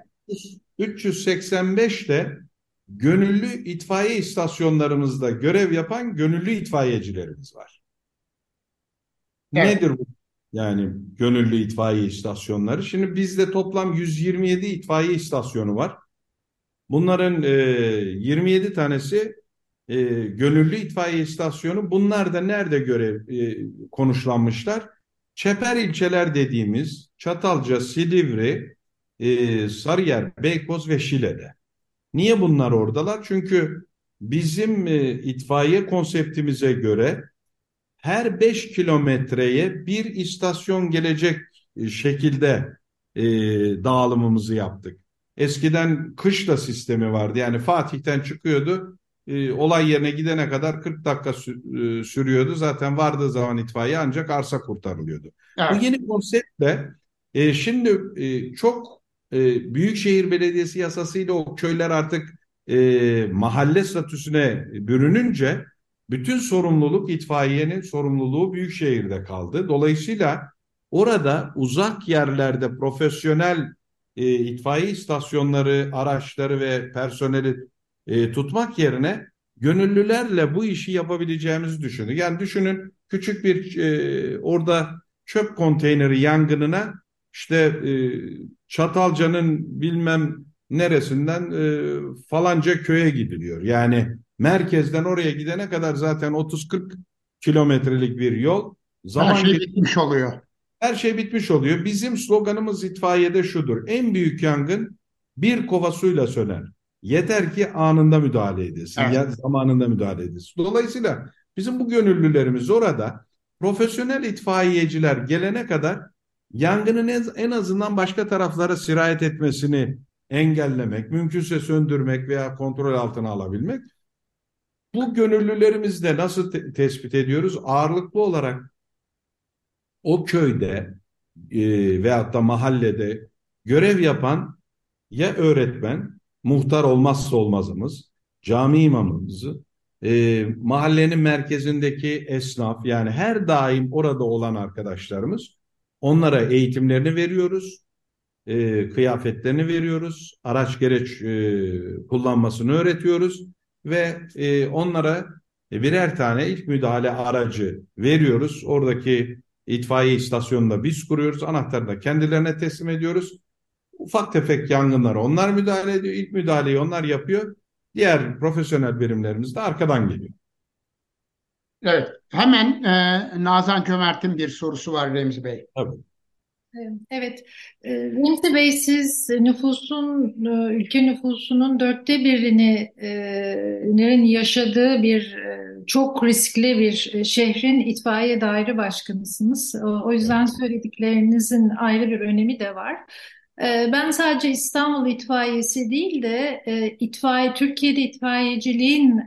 [SPEAKER 3] 385 de gönüllü itfaiye istasyonlarımızda görev yapan gönüllü itfaiyecilerimiz var.
[SPEAKER 2] Evet.
[SPEAKER 3] Nedir bu? Yani gönüllü itfaiye istasyonları. Şimdi bizde toplam 127 itfaiye istasyonu var. Bunların 27 tanesi gönüllü itfaiye istasyonu. Bunlar da nerede görev konuşlanmışlar? Çeper ilçeler dediğimiz Çatalca, Silivri, Sarıyer, Beykoz ve Şile'de. Niye bunlar oradalar? Çünkü bizim itfaiye konseptimize göre her 5 kilometreye bir istasyon gelecek şekilde dağılımımızı yaptık. Eskiden kışla sistemi vardı. Yani Fatih'ten çıkıyordu. Olay yerine gidene kadar 40 dakika sürüyordu. Zaten vardığı zaman itfaiye ancak arsa kurtarılıyordu. Bu
[SPEAKER 2] Evet.
[SPEAKER 3] yeni konseptle şimdi çok Büyükşehir Belediyesi yasasıyla o köyler artık mahalle statüsüne bürününce bütün sorumluluk itfaiyenin sorumluluğu Büyükşehir'de kaldı. Dolayısıyla orada uzak yerlerde profesyonel itfaiye istasyonları, araçları ve personeli tutmak yerine gönüllülerle bu işi yapabileceğimizi düşündük. Yani düşünün, küçük bir orada çöp konteyneri yangınına işte Çatalca'nın bilmem neresinden falanca köye gidiliyor. Yani merkezden oraya gidene kadar zaten 30-40 kilometrelik bir yol.
[SPEAKER 2] Her
[SPEAKER 3] Zaman
[SPEAKER 2] şey bitmiş oluyor.
[SPEAKER 3] her şey bitmiş oluyor. Bizim sloganımız itfaiyede şudur: en büyük yangın bir kova suyla söner. Yeter ki anında müdahale edilsin,
[SPEAKER 2] Evet.
[SPEAKER 3] ya zamanında müdahale edilsin. Dolayısıyla bizim bu gönüllülerimiz orada profesyonel itfaiyeciler gelene kadar yangının en azından başka taraflara sirayet etmesini engellemek, mümkünse söndürmek veya kontrol altına alabilmek. Bu gönüllülerimizi de nasıl tespit ediyoruz? Ağırlıklı olarak o köyde veyahut da mahallede görev yapan ya öğretmen, muhtar olmazsa olmazımız, cami imamımızı, mahallenin merkezindeki esnaf, yani her daim orada olan arkadaşlarımız, onlara eğitimlerini veriyoruz, kıyafetlerini veriyoruz, araç gereç kullanmasını öğretiyoruz ve onlara birer tane ilk müdahale aracı veriyoruz. Oradaki itfaiye istasyonunda biz kuruyoruz, anahtarını da kendilerine teslim ediyoruz. Ufak tefek yangınlara onlar müdahale ediyor, ilk müdahaleyi onlar yapıyor. Diğer profesyonel birimlerimiz de arkadan geliyor.
[SPEAKER 2] Evet. Hemen Nazan Cömert'in bir sorusu var Remzi Bey.
[SPEAKER 3] Tabii.
[SPEAKER 6] Evet, Remzi Bey, siz ülke nüfusunun 1/4'inin yaşadığı bir çok riskli bir şehrin itfaiye daire başkanısınız. O yüzden söylediklerinizin ayrı bir önemi de var. Ben sadece İstanbul itfaiyesi değil de Türkiye'de itfaiyeciliğin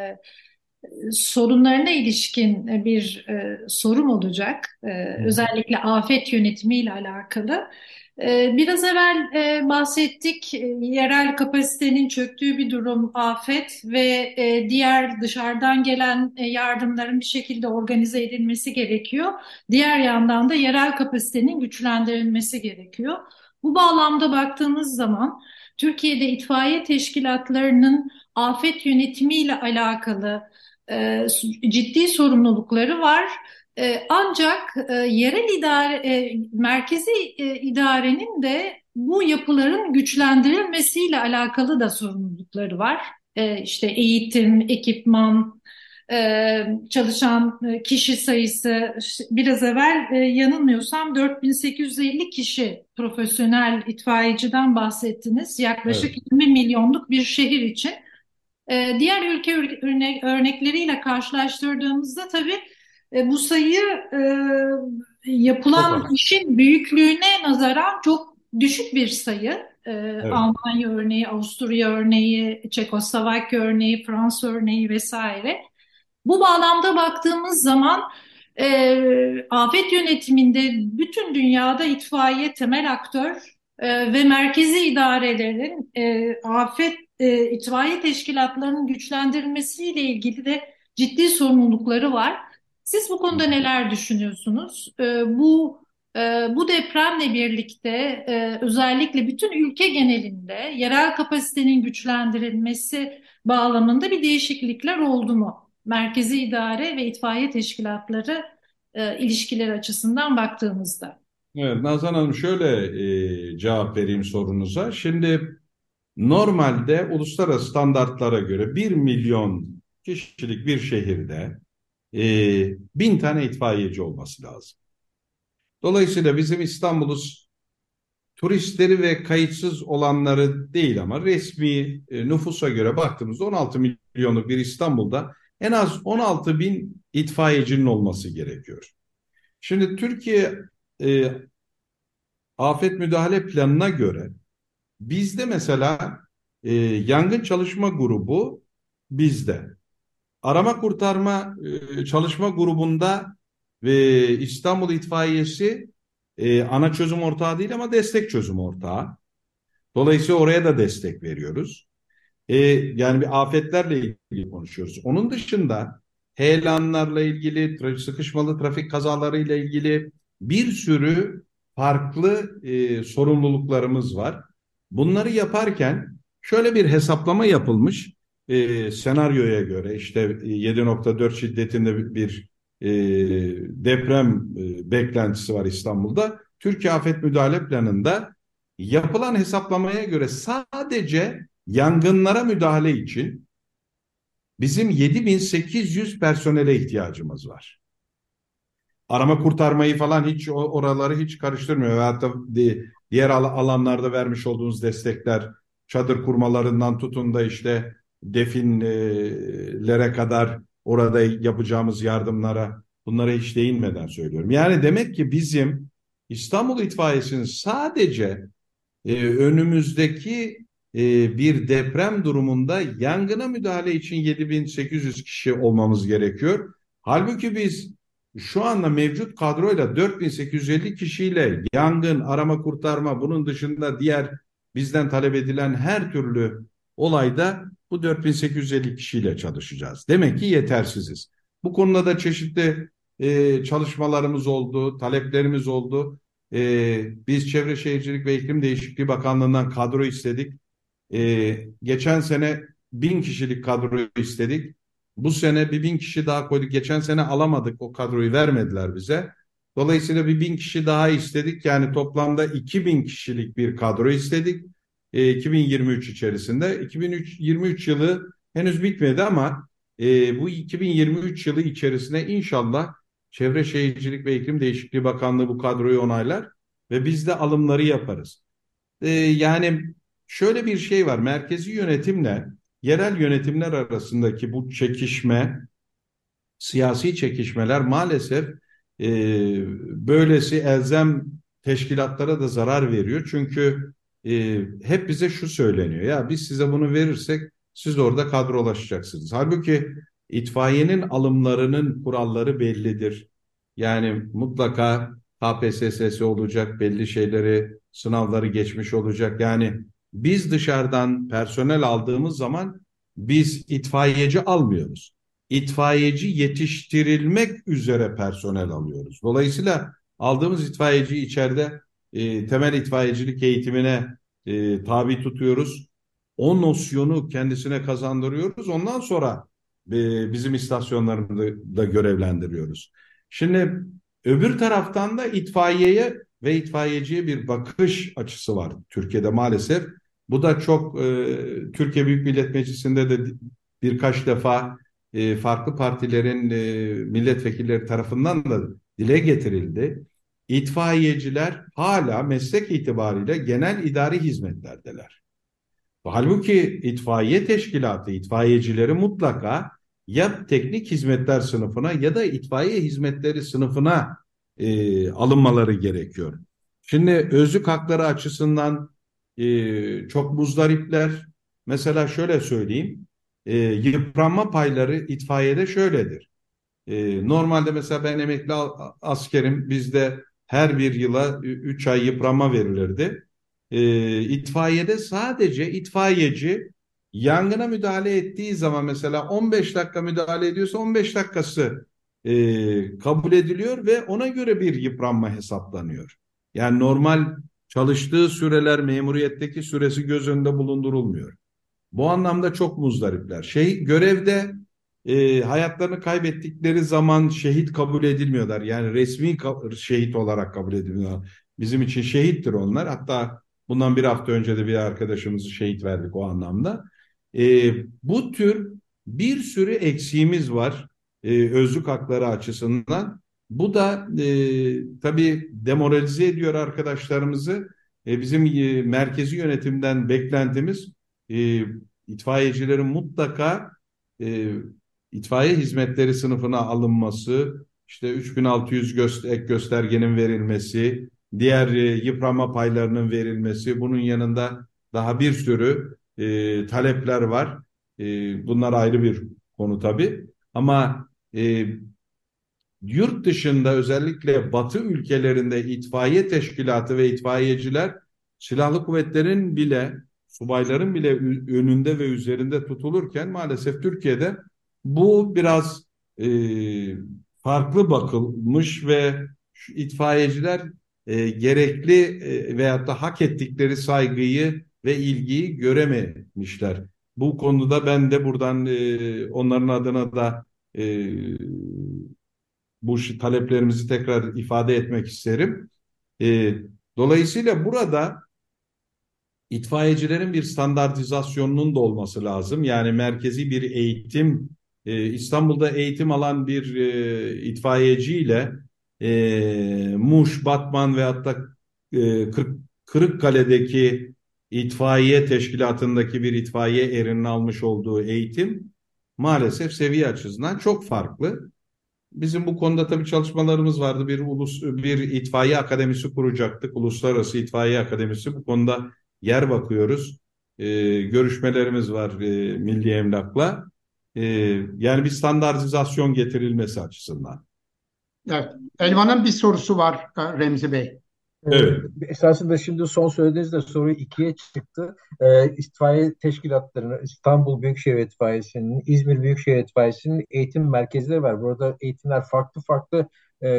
[SPEAKER 6] sorunlarına ilişkin bir sorum olacak. Özellikle afet yönetimiyle alakalı. Biraz evvel bahsettik. Yerel kapasitenin çöktüğü bir durum, afet ve diğer dışarıdan gelen yardımların bir şekilde organize edilmesi gerekiyor. Diğer yandan da yerel kapasitenin güçlendirilmesi gerekiyor. Bu bağlamda baktığımız zaman Türkiye'de itfaiye teşkilatlarının afet yönetimiyle alakalı ciddi sorumlulukları var. Ancak merkezi idarenin de bu yapıların güçlendirilmesiyle alakalı da sorumlulukları var. İşte eğitim, ekipman, çalışan kişi sayısı, biraz evvel yanılmıyorsam 4850 kişi profesyonel itfaiyeciden bahsettiniz. Yaklaşık
[SPEAKER 3] Evet.
[SPEAKER 6] 20 milyonluk bir şehir için. Diğer ülke örnekleriyle karşılaştırdığımızda tabii bu sayı yapılan
[SPEAKER 3] Çok az.
[SPEAKER 6] işin büyüklüğüne nazaran çok düşük bir sayı.
[SPEAKER 3] Evet.
[SPEAKER 6] Almanya örneği, Avusturya örneği, Çekoslovakya örneği, Fransa örneği vesaire. Bu bağlamda baktığımız zaman afet yönetiminde bütün dünyada itfaiye temel aktör ve merkezi idarelerin itfaiye teşkilatlarının güçlendirilmesiyle ilgili de ciddi sorumlulukları var. Siz bu konuda neler düşünüyorsunuz? Bu depremle birlikte özellikle bütün ülke genelinde yerel kapasitenin güçlendirilmesi bağlamında bir değişiklikler oldu mu? Merkezi idare ve itfaiye teşkilatları ilişkileri açısından baktığımızda.
[SPEAKER 3] Evet, Nazan Hanım, şöyle cevap vereyim sorunuza. Şimdi normalde uluslararası standartlara göre 1 milyon kişilik bir şehirde 1000 tane itfaiyeci olması lazım. Dolayısıyla bizim İstanbul'uz turistleri ve kayıtsız olanları değil ama resmi nüfusa göre baktığımızda 16 milyonluk bir İstanbul'da en az 16 bin itfaiyecinin olması gerekiyor. Şimdi Türkiye afet müdahale planına göre bizde mesela yangın çalışma grubu bizde. Arama kurtarma çalışma grubunda ve İstanbul İtfaiyesi ana çözüm ortağı değil ama destek çözüm ortağı. Dolayısıyla oraya da destek veriyoruz. Yani bir afetlerle ilgili konuşuyoruz. Onun dışında heyelanlarla ilgili, sıkışmalı trafik kazalarıyla ilgili bir sürü farklı sorumluluklarımız var. Bunları yaparken şöyle bir hesaplama yapılmış. Senaryoya göre işte 7,4 şiddetinde bir deprem beklentisi var İstanbul'da. Türkiye Afet Müdahale Planı'nda yapılan hesaplamaya göre sadece yangınlara müdahale için bizim 7.800 personele ihtiyacımız var. Arama kurtarmayı falan hiç oraları hiç karıştırmıyor. Veyahut da diğer alanlarda vermiş olduğunuz destekler, çadır kurmalarından tutun da işte definlere kadar orada yapacağımız yardımlara, bunlara hiç değinmeden söylüyorum. Yani demek ki bizim İstanbul İtfaiyesi'nin sadece önümüzdeki bir deprem durumunda yangına müdahale için 7.800 kişi olmamız gerekiyor. Halbuki biz şu anda mevcut kadroyla 4.850 kişiyle yangın, arama kurtarma, bunun dışında diğer bizden talep edilen her türlü olayda bu 4.850 kişiyle çalışacağız. Demek ki yetersiziz. Bu konuda da çeşitli çalışmalarımız oldu, taleplerimiz oldu. Biz Çevre Şehircilik ve İklim Değişikliği Bakanlığı'ndan kadro istedik. Geçen sene 1.000 kişilik kadro istedik. Bu sene bir 1.000 kişi daha koyduk. Geçen sene alamadık, o kadroyu vermediler bize. Dolayısıyla bir 1.000 kişi daha istedik. Yani toplamda 2.000 kişilik bir kadro istedik. 2023 içerisinde. 2023 yılı henüz bitmedi ama bu 2023 yılı içerisinde inşallah Çevre Şehircilik ve İklim Değişikliği Bakanlığı bu kadroyu onaylar ve biz de alımları yaparız. Yani şöyle bir şey var. Merkezi yönetimle yerel yönetimler arasındaki bu çekişme, siyasi çekişmeler maalesef e, böylesi elzem teşkilatlara da zarar veriyor. Çünkü hep bize şu söyleniyor: ya biz size bunu verirsek siz orada kadrolaşacaksınız. Halbuki itfaiyenin alımlarının kuralları bellidir. Yani mutlaka KPSS'si olacak, belli şeyleri, sınavları geçmiş olacak. Yani biz dışarıdan personel aldığımız zaman biz itfaiyeci almıyoruz, itfaiyeci yetiştirilmek üzere personel alıyoruz. Dolayısıyla aldığımız itfaiyeci içeride temel itfaiyecilik eğitimine tabi tutuyoruz. O nosyonu kendisine kazandırıyoruz. Ondan sonra bizim istasyonlarımızda görevlendiriyoruz. Şimdi öbür taraftan da itfaiyeye ve itfaiyeciye bir bakış açısı var Türkiye'de maalesef. Bu da çok Türkiye Büyük Millet Meclisi'nde de birkaç defa farklı partilerin milletvekilleri tarafından da dile getirildi. İtfaiyeciler hala meslek itibariyle genel idari hizmetlerdeler. Halbuki itfaiye teşkilatı itfaiyecileri mutlaka ya teknik hizmetler sınıfına ya da itfaiye hizmetleri sınıfına alınmaları gerekiyor. Şimdi özlük hakları açısından çok muzdaripler. Mesela şöyle söyleyeyim, yıpranma payları itfaiyede şöyledir. Normalde mesela ben emekli askerim, bizde her bir yıla 3 ay yıpranma verilirdi. İtfaiyede sadece itfaiyeci yangına müdahale ettiği zaman mesela 15 dakika müdahale ediyorsa 15 dakikası kabul ediliyor ve ona göre bir yıpranma hesaplanıyor. Yani normal çalıştığı süreler, memuriyetteki süresi göz önünde bulundurulmuyor. Bu anlamda çok muzdaripler. Görevde hayatlarını kaybettikleri zaman şehit kabul edilmiyorlar. Yani resmi şehit olarak kabul edilmiyorlar. Bizim için şehittir onlar. Hatta bundan bir hafta önce de bir arkadaşımızı şehit verdik o anlamda. Bu tür bir sürü eksiğimiz var özlük hakları açısından. Bu da tabii demoralize ediyor arkadaşlarımızı. Bizim merkezi yönetimden beklentimiz itfaiyecilerin mutlaka e, itfaiye hizmetleri sınıfına alınması, işte 3.600 ek göstergenin verilmesi, diğer yıprama paylarının verilmesi, bunun yanında daha bir sürü talepler var. Bunlar ayrı bir konu tabii. Ama yurt dışında, özellikle Batı ülkelerinde itfaiye teşkilatı ve itfaiyeciler silahlı kuvvetlerin bile subayların bile önünde ve üzerinde tutulurken maalesef Türkiye'de bu biraz e, farklı bakılmış ve itfaiyeciler gerekli veyahut da hak ettikleri saygıyı ve ilgiyi görememişler. Bu konuda ben de buradan onların adına da e, bu taleplerimizi tekrar ifade etmek isterim. E, Dolayısıyla burada itfaiyecilerin bir standartizasyonunun da olması lazım. Yani merkezi bir eğitim, İstanbul'da eğitim alan bir itfaiyeciyle Muş, Batman ve hatta Kırıkkale'deki itfaiye teşkilatındaki bir itfaiye erinin almış olduğu eğitim maalesef seviye açısından çok farklı. Bizim bu konuda tabii çalışmalarımız vardı. Bir itfaiye akademisi kuracaktık. Uluslararası İtfaiye Akademisi. Bu konuda yer bakıyoruz. Görüşmelerimiz var Milli Emlak'la. Yani bir standartizasyon getirilmesi açısından.
[SPEAKER 2] Evet. Elvan'ın bir sorusu var Remzi Bey.
[SPEAKER 3] Evet.
[SPEAKER 5] Esasında şimdi son söylediğinizde soru ikiye çıktı. İtfaiye teşkilatlarının, İstanbul Büyükşehir İtfaiyesi'nin, İzmir Büyükşehir İtfaiyesi'nin eğitim merkezleri var. Burada eğitimler farklı farklı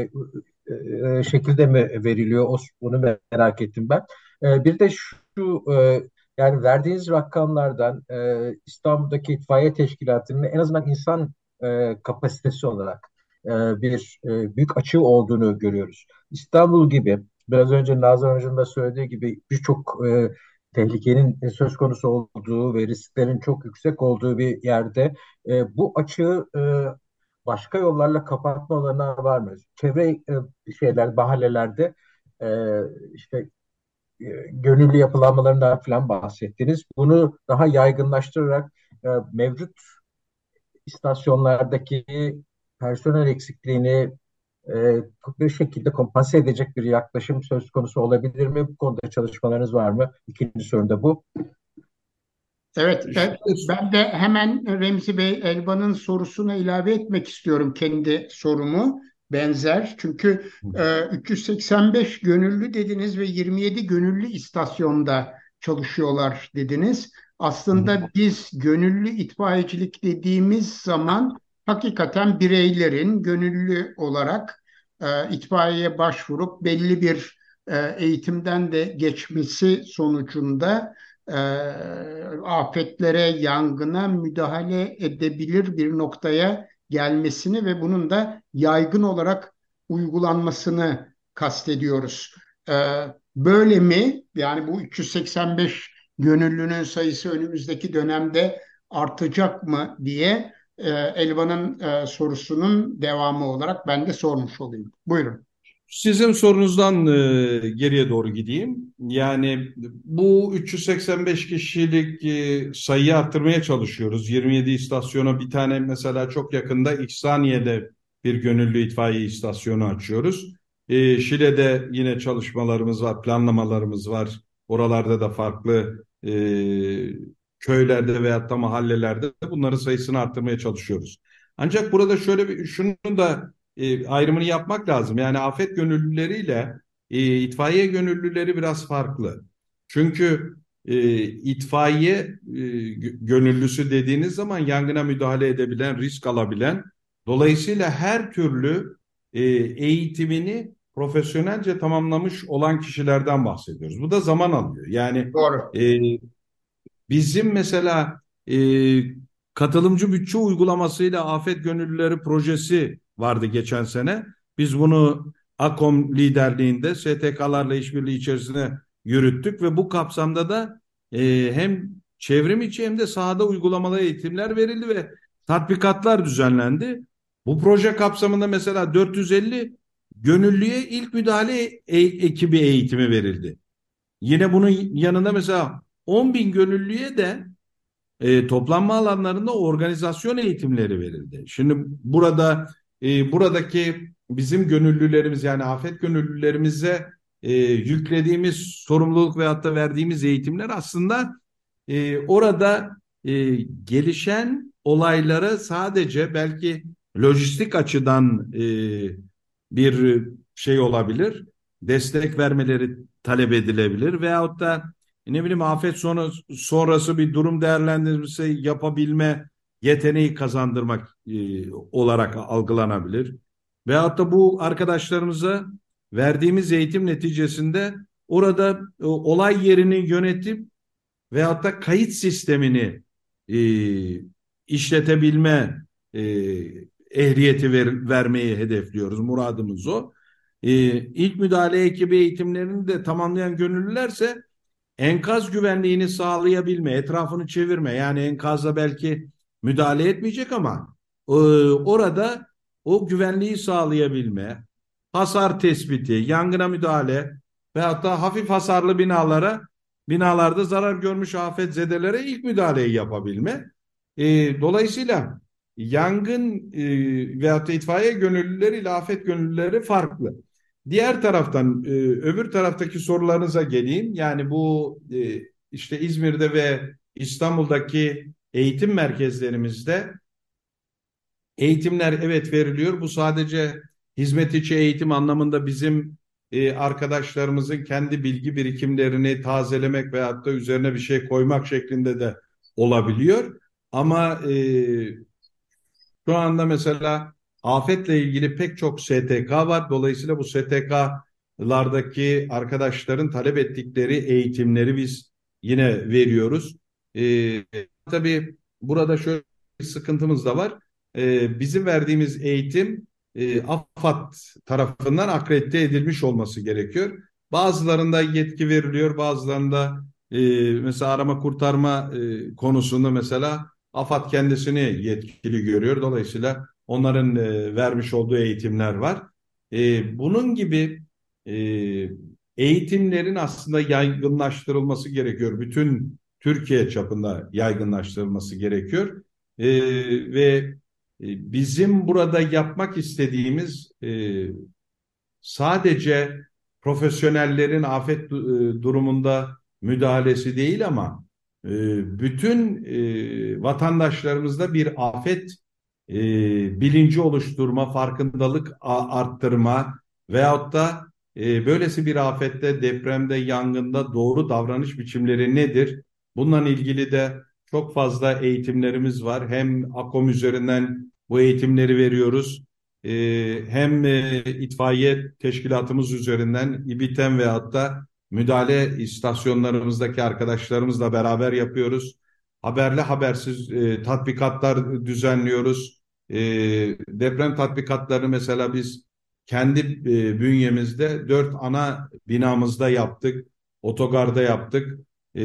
[SPEAKER 5] şekilde mi veriliyor? Bunu merak ettim ben. Bir de yani verdiğiniz rakamlardan İstanbul'daki itfaiye teşkilatının en azından insan kapasitesi olarak büyük açığı olduğunu görüyoruz. İstanbul gibi biraz önce Nazan Hoca'nın da söylediği gibi birçok tehlikenin söz konusu olduğu ve risklerin çok yüksek olduğu bir yerde bu açığı başka yollarla kapatma olanağı var mı? Çevre mahallelerde e, işte gönüllü yapılanmalarından falan bahsettiniz. Bunu daha yaygınlaştırarak mevcut istasyonlardaki personel eksikliğini bir şekilde kompanse edecek bir yaklaşım söz konusu olabilir mi? Bu konuda çalışmalarınız var mı? İkinci sorum da bu.
[SPEAKER 2] Evet,
[SPEAKER 3] İşte,
[SPEAKER 2] ben de hemen Remzi Bey Elvan'ın sorusuna ilave etmek istiyorum kendi sorumu. Benzer. Çünkü 385 gönüllü dediniz ve 27 gönüllü istasyonda çalışıyorlar dediniz. Aslında biz gönüllü itfaiyecilik dediğimiz zaman hakikaten bireylerin gönüllü olarak itfaiyeye başvurup belli bir eğitimden de geçmesi sonucunda e, afetlere, yangına müdahale edebilir bir noktaya gelmesini ve bunun da yaygın olarak uygulanmasını kastediyoruz. E, Böyle mi? Yani bu 385 gönüllünün sayısı önümüzdeki dönemde artacak mı diye Elvan'ın sorusunun devamı olarak ben de sormuş olayım. Buyurun.
[SPEAKER 3] Sizin sorunuzdan geriye doğru gideyim. Yani bu 385 kişilik sayıyı arttırmaya çalışıyoruz. 27 istasyona bir tane mesela çok yakında İhsaniye'de bir gönüllü itfaiye istasyonu açıyoruz. Şile'de yine çalışmalarımız var, planlamalarımız var. Oralarda da farklı köylerde veyahut da mahallelerde bunların sayısını arttırmaya çalışıyoruz. Ancak burada şöyle şunu da ayrımını yapmak lazım. Yani afet gönüllüleriyle itfaiye gönüllüleri biraz farklı. Çünkü itfaiye gönüllüsü dediğiniz zaman yangına müdahale edebilen, risk alabilen, dolayısıyla her türlü eğitimini profesyonelce tamamlamış olan kişilerden bahsediyoruz. Bu da zaman alıyor. Yani
[SPEAKER 2] Doğru.
[SPEAKER 3] bizim mesela katılımcı bütçe uygulamasıyla Afet Gönüllüleri projesi vardı geçen sene. Biz bunu AKOM liderliğinde STK'larla işbirliği içerisine yürüttük ve bu kapsamda da hem çevrim içi hem de sahada uygulamalı eğitimler verildi ve tatbikatlar düzenlendi. Bu proje kapsamında mesela 450 gönüllüye ilk müdahale ekibi eğitimi verildi. Yine bunun yanında mesela 10 bin gönüllüye de toplanma alanlarında organizasyon eğitimleri verildi. Şimdi buradaki bizim gönüllülerimiz yani afet gönüllülerimize yüklediğimiz sorumluluk ve hatta verdiğimiz eğitimler aslında orada gelişen olaylara sadece belki lojistik açıdan bir şey olabilir, destek vermeleri talep edilebilir veyahut da ne bileyim afet sonrası bir durum değerlendirmesi yapabilme yeteneği kazandırmak olarak algılanabilir. Veyahut da bu arkadaşlarımıza verdiğimiz eğitim neticesinde orada olay yerini yönetip veyahut da kayıt sistemini e, işletebilme e, ehliyeti vermeyi hedefliyoruz. Muradımız o. İlk müdahale ekibi eğitimlerini de tamamlayan gönüllülerse enkaz güvenliğini sağlayabilme, etrafını çevirme. Yani enkazda belki müdahale etmeyecek ama orada o güvenliği sağlayabilme, hasar tespiti, yangına müdahale ve hatta hafif hasarlı binalarda zarar görmüş afetzedelere ilk müdahaleyi yapabilme. Dolayısıyla yangın veyahut da itfaiye gönüllüleri ile afet gönüllüleri farklı. Diğer taraftan öbür taraftaki sorularınıza geleyim. Yani bu işte İzmir'de ve İstanbul'daki eğitim merkezlerimizde eğitimler evet veriliyor. Bu sadece hizmet içi eğitim anlamında bizim arkadaşlarımızın kendi bilgi birikimlerini tazelemek veyahut da üzerine bir şey koymak şeklinde de olabiliyor. Ama şu anda mesela afetle ilgili pek çok STK var. Dolayısıyla bu STK'lardaki arkadaşların talep ettikleri eğitimleri biz yine veriyoruz. Tabii burada şöyle bir sıkıntımız da var. Bizim verdiğimiz eğitim AFAD tarafından akredite edilmiş olması gerekiyor. Bazılarında yetki veriliyor, bazılarında mesela arama kurtarma konusunda mesela AFAD kendisini yetkili görüyor. Dolayısıyla onların vermiş olduğu eğitimler var. Bunun gibi e, eğitimlerin aslında yaygınlaştırılması gerekiyor. Bütün Türkiye çapında yaygınlaştırılması gerekiyor. Ve bizim burada yapmak istediğimiz sadece profesyonellerin afet durumunda müdahalesi değil ama bütün vatandaşlarımızda bir afet e, bilinci oluşturma, farkındalık arttırma veyahut da böylesi bir afette, depremde, yangında doğru davranış biçimleri nedir? Bununla ilgili de çok fazla eğitimlerimiz var. Hem AKOM üzerinden bu eğitimleri veriyoruz. Hem itfaiye teşkilatımız üzerinden İBİTEM ve hatta müdahale istasyonlarımızdaki arkadaşlarımızla beraber yapıyoruz. Haberli habersiz tatbikatlar düzenliyoruz. Deprem tatbikatlarını mesela biz kendi bünyemizde 4 ana binamızda yaptık. Otogarda yaptık. E,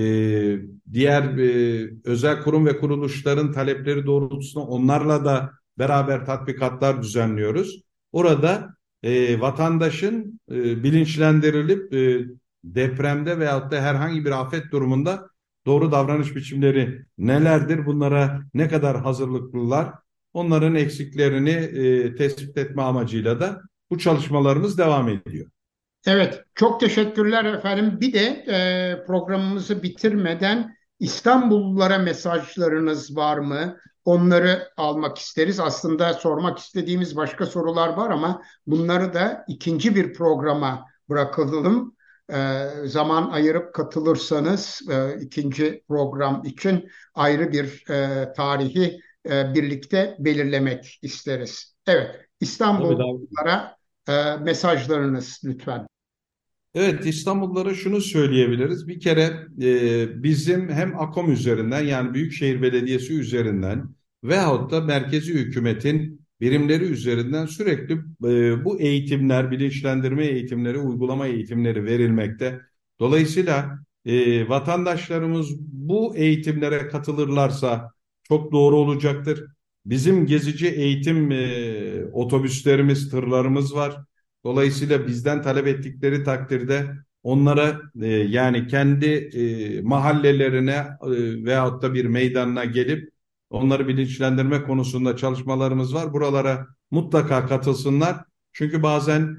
[SPEAKER 3] Diğer özel kurum ve kuruluşların talepleri doğrultusunda onlarla da beraber tatbikatlar düzenliyoruz. Orada vatandaşın bilinçlendirilip depremde veyahut da herhangi bir afet durumunda doğru davranış biçimleri nelerdir? Bunlara ne kadar hazırlıklılar? Onların eksiklerini tespit etme amacıyla da bu çalışmalarımız devam ediyor.
[SPEAKER 2] Evet, çok teşekkürler efendim. Bir de programımızı bitirmeden İstanbullulara mesajlarınız var mı? Onları almak isteriz. Aslında sormak istediğimiz başka sorular var ama bunları da ikinci bir programa bırakalım. Zaman ayırıp katılırsanız ikinci program için ayrı bir tarihi birlikte belirlemek isteriz. Evet,
[SPEAKER 3] Tabii daha.
[SPEAKER 2] İstanbullulara mesajlarınız lütfen.
[SPEAKER 3] Evet, İstanbullulara şunu söyleyebiliriz. Bir kere bizim hem AKOM üzerinden yani Büyükşehir Belediyesi üzerinden veyahut da merkezi hükümetin birimleri üzerinden sürekli bu eğitimler, bilinçlendirme eğitimleri, uygulama eğitimleri verilmekte. Dolayısıyla vatandaşlarımız bu eğitimlere katılırlarsa çok doğru olacaktır. Bizim gezici eğitim otobüslerimiz, tırlarımız var. Dolayısıyla bizden talep ettikleri takdirde onlara yani kendi mahallelerine veyahut da bir meydanına gelip onları bilinçlendirme konusunda çalışmalarımız var. Buralara mutlaka katılsınlar. Çünkü bazen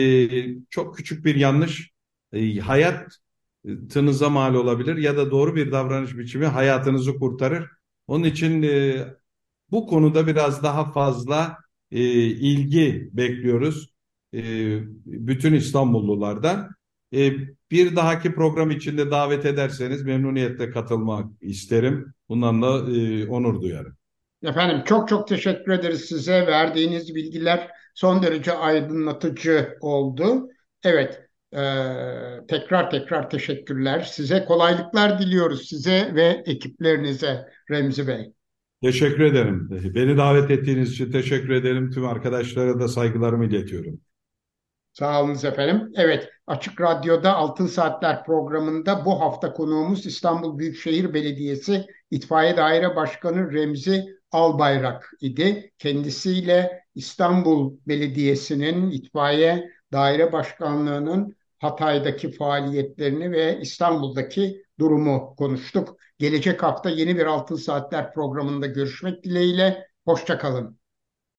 [SPEAKER 3] çok küçük bir yanlış hayatınıza mal olabilir ya da doğru bir davranış biçimi hayatınızı kurtarır. Onun için bu konuda biraz daha fazla ilgi bekliyoruz bütün İstanbullulardan. E, Bir dahaki program içinde davet ederseniz memnuniyetle katılmak isterim. Bundan da onur duyarım.
[SPEAKER 2] Efendim çok çok teşekkür ederiz size. Verdiğiniz bilgiler son derece aydınlatıcı oldu. Evet, tekrar tekrar teşekkürler. Size kolaylıklar diliyoruz size ve ekiplerinize Remzi Bey.
[SPEAKER 3] Teşekkür ederim. Beni davet ettiğiniz için teşekkür ederim. Tüm arkadaşlara da saygılarımı iletiyorum.
[SPEAKER 2] Sağ olunuz efendim. Evet, Açık Radyo'da Altın Saatler programında bu hafta konuğumuz İstanbul Büyükşehir Belediyesi İtfaiye Daire Başkanı Remzi Albayrak idi. Kendisiyle İstanbul Belediyesi'nin İtfaiye Daire Başkanlığı'nın Hatay'daki faaliyetlerini ve İstanbul'daki durumu konuştuk. Gelecek hafta yeni bir Altın Saatler programında görüşmek dileğiyle. Hoşça kalın.